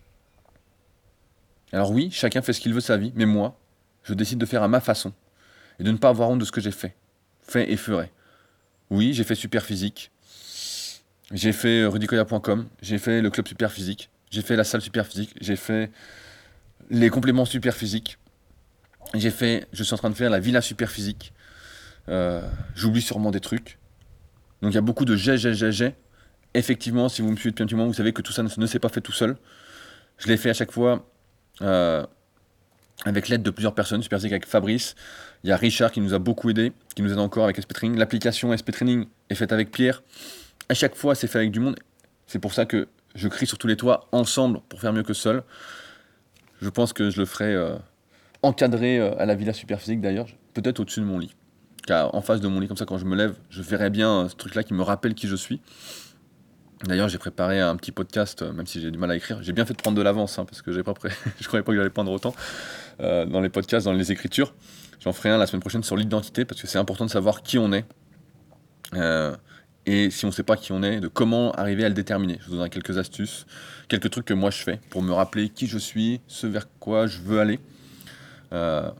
Alors oui, chacun fait ce qu'il veut de sa vie, mais moi, je décide de faire à ma façon et de ne pas avoir honte de ce que j'ai fait, fait et ferai. Oui, j'ai fait super physique, j'ai fait rudicoya point com, j'ai fait le club super physique, j'ai fait la salle super physique, j'ai fait les compléments super physiques, j'ai fait, je suis en train de faire la villa super physique. Euh, j'oublie sûrement des trucs. Donc il y a beaucoup de j'ai, j'ai, j'ai, j'ai. Effectivement, si vous me suivez depuis un petit moment, vous savez que tout ça ne, ne s'est pas fait tout seul. Je l'ai fait à chaque fois euh, avec l'aide de plusieurs personnes, super physique avec Fabrice. Il y a Richard qui nous a beaucoup aidé, qui nous aide encore avec S P Training. L'application S P Training est faite avec Pierre. À chaque fois, c'est fait avec du monde. C'est pour ça que je crie sur tous les toits, ensemble, pour faire mieux que seul. Je pense que je le ferai euh, encadré euh, à la Villa Superphysique d'ailleurs, peut-être au-dessus de mon lit. Car en face de mon lit, comme ça, quand je me lève, je verrai bien euh, ce truc-là qui me rappelle qui je suis. D'ailleurs, j'ai préparé un petit podcast, euh, même si j'ai du mal à écrire. J'ai bien fait de prendre de l'avance, hein, parce que j'ai pas pré... je croyais pas que j'allais prendre autant euh, dans les podcasts, dans les écritures. J'en ferai un la semaine prochaine sur l'identité, parce que c'est important de savoir qui on est. Euh, et si on ne sait pas qui on est, de comment arriver à le déterminer. Je vous donnerai quelques astuces, quelques trucs que moi je fais pour me rappeler qui je suis, ce vers quoi je veux aller. Euh,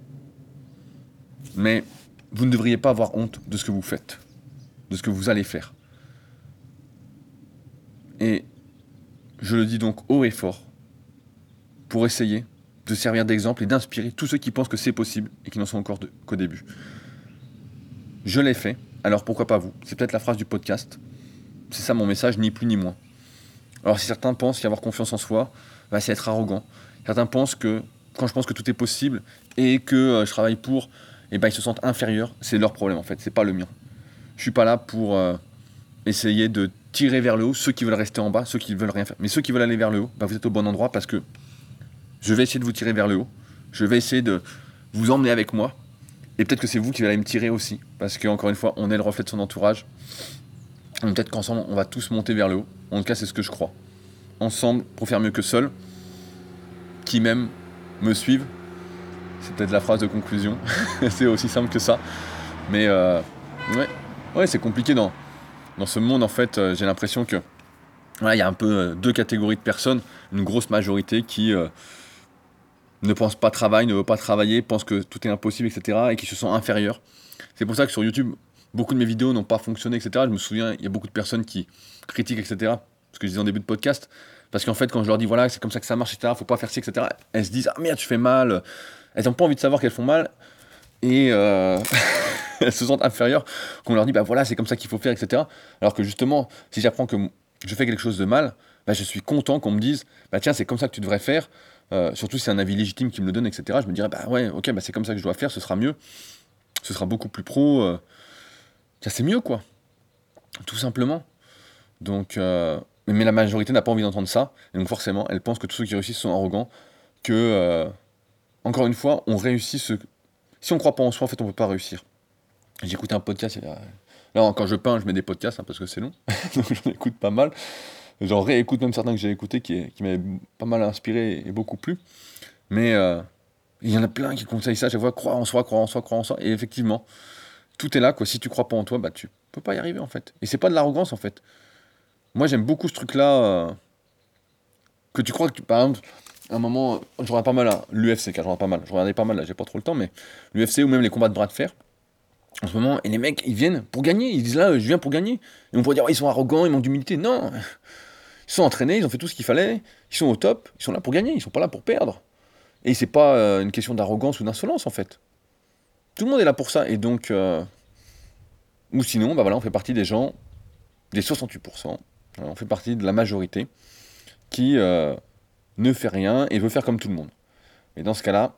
mais vous ne devriez pas avoir honte de ce que vous faites, de ce que vous allez faire. Et je le dis donc haut et fort, pour essayer de servir d'exemple et d'inspirer tous ceux qui pensent que c'est possible et qui n'en sont encore de, qu'au début. Je l'ai fait, alors pourquoi pas vous? C'est peut-être la phrase du podcast. C'est ça mon message, ni plus ni moins. Alors si certains pensent qu'avoir confiance en soi, bah, c'est être arrogant. Certains pensent que quand je pense que tout est possible et que euh, je travaille pour, et ben ils se sentent inférieurs. C'est leur problème en fait, c'est pas le mien. Je suis pas là pour euh, essayer de tirer vers le haut ceux qui veulent rester en bas, ceux qui veulent rien faire. Mais ceux qui veulent aller vers le haut, bah, vous êtes au bon endroit parce que je vais essayer de vous tirer vers le haut. Je vais essayer de vous emmener avec moi. Et peut-être que c'est vous qui allez me tirer aussi. Parce qu'encore une fois, on est le reflet de son entourage. Et peut-être qu'ensemble, on va tous monter vers le haut. En tout cas, c'est ce que je crois. Ensemble, pour faire mieux que seul. Qui même me suivent. C'est peut-être la phrase de conclusion. C'est aussi simple que ça. Mais euh, ouais, ouais, c'est compliqué dans, dans ce monde. En fait, euh, j'ai l'impression que voilà, il y a un peu euh, deux catégories de personnes. Une grosse majorité qui euh, ne pense pas travail, ne veut pas travailler, pense que tout est impossible, et cetera. Et qui se sent inférieurs. C'est pour ça que sur YouTube, beaucoup de mes vidéos n'ont pas fonctionné, et cetera. Je me souviens, il y a beaucoup de personnes qui critiquent, et cetera. Ce que je disais en début de podcast. Parce qu'en fait, quand je leur dis, voilà, c'est comme ça que ça marche, et cetera, faut pas faire ci, et cetera, elles se disent, ah merde, tu fais mal. Elles n'ont pas envie de savoir qu'elles font mal. Et euh, elles se sentent inférieures. Qu'on leur dit, bah voilà, c'est comme ça qu'il faut faire, et cetera. Alors que justement, si j'apprends que je fais quelque chose de mal, bah, je suis content qu'on me dise, bah tiens, c'est comme ça que tu devrais faire. Euh, surtout si c'est un avis légitime qui me le donne, et cetera. Je me dirais, bah ouais, ok, bah c'est comme ça que je dois faire, ce sera mieux. Ce sera beaucoup plus pro. Euh, c'est mieux, quoi. Tout simplement. Donc, euh, mais la majorité n'a pas envie d'entendre ça. Et donc forcément, elle pense que tous ceux qui réussissent sont arrogants. Que, euh, encore une fois, on réussit ce... Si on croit pas en soi, en fait, on peut pas réussir. J'ai écouté un podcast. Il y a... Là, quand je peins, je mets des podcasts, hein, parce que c'est long. Donc j'en écoute pas mal. J'en réécoute même certains que j'ai écoutés qui, qui m'avaient pas mal inspiré et beaucoup plu. Mais euh, il y en a plein qui conseillent ça. Je vois croire en soi, croire en soi, croire en soi. Et effectivement, tout est là, quoi. Si tu crois pas en toi, bah tu peux pas y arriver, en fait. Et c'est pas de l'arrogance, en fait. Moi, j'aime beaucoup ce truc-là, euh, que tu crois que, tu, par exemple, à un moment, je regarde pas mal à l'U F C, car je regarde pas mal. Je regardais pas mal, là, j'ai pas trop le temps, mais l'U F C ou même les combats de bras de fer, en ce moment, et les mecs, ils viennent pour gagner. Ils disent là, je viens pour gagner. Et on pourrait dire, ouais, ils sont arrogants, ils manquent d'humilité. Non, ils sont entraînés, ils ont fait tout ce qu'il fallait, ils sont au top, ils sont là pour gagner, ils sont pas là pour perdre. Et c'est pas euh, une question d'arrogance ou d'insolence, en fait. Tout le monde est là pour ça, et donc... euh, ou sinon, bah voilà, on fait partie des gens, des soixante-huit pour cent, on fait partie de la majorité, qui euh, ne fait rien et veut faire comme tout le monde. Et dans ce cas-là,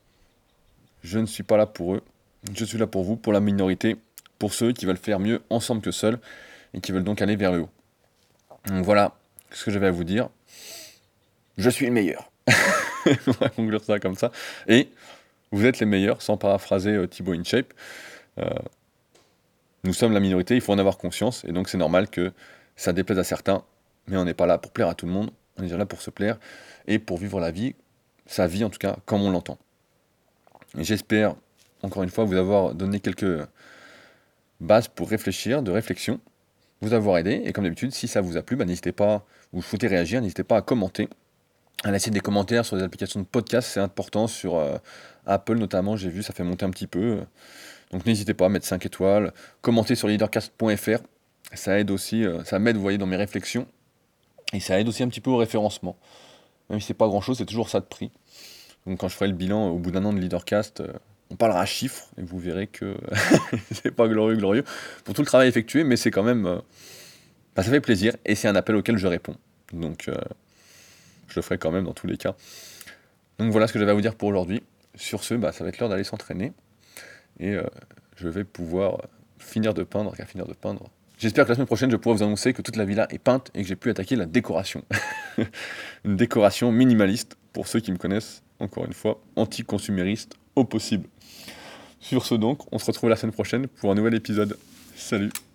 je ne suis pas là pour eux, je suis là pour vous, pour la minorité, pour ceux qui veulent faire mieux ensemble que seuls, et qui veulent donc aller vers le haut. Donc voilà ce que j'avais à vous dire. Je suis le meilleur. On va conclure ça comme ça. Et vous êtes les meilleurs, sans paraphraser euh, Thibaut InShape. Euh, nous sommes la minorité, il faut en avoir conscience, et donc c'est normal que ça déplaise à certains, mais on n'est pas là pour plaire à tout le monde, on est déjà là pour se plaire, et pour vivre la vie, sa vie en tout cas, comme on l'entend. Et j'espère, encore une fois, vous avoir donné quelques bases pour réfléchir, de réflexion, vous avoir aidé, et comme d'habitude, si ça vous a plu, bah, n'hésitez pas, ou vous souhaitez réagir, n'hésitez pas à commenter, à laisser des commentaires sur les applications de podcast, c'est important, sur euh, Apple notamment, j'ai vu, ça fait monter un petit peu, donc n'hésitez pas à mettre cinq étoiles, commenter sur leadercast point f r, ça aide aussi, euh, ça m'aide, vous voyez, dans mes réflexions, et ça aide aussi un petit peu au référencement, même si c'est pas grand-chose, c'est toujours ça de prix. Donc quand je ferai le bilan au bout d'un an de leadercast, euh, on parlera chiffres, et vous verrez que c'est pas glorieux, glorieux, pour tout le travail effectué, mais c'est quand même, euh, bah, ça fait plaisir, et c'est un appel auquel je réponds, donc euh, je le ferai quand même dans tous les cas. Donc voilà ce que j'avais à vous dire pour aujourd'hui. Sur ce, bah, ça va être l'heure d'aller s'entraîner. Et euh, je vais pouvoir finir de peindre, car finir de peindre. J'espère que la semaine prochaine, je pourrai vous annoncer que toute la villa est peinte et que j'ai pu attaquer la décoration. Une décoration minimaliste, pour ceux qui me connaissent, encore une fois, anti-consumériste au possible. Sur ce donc, on se retrouve la semaine prochaine pour un nouvel épisode. Salut!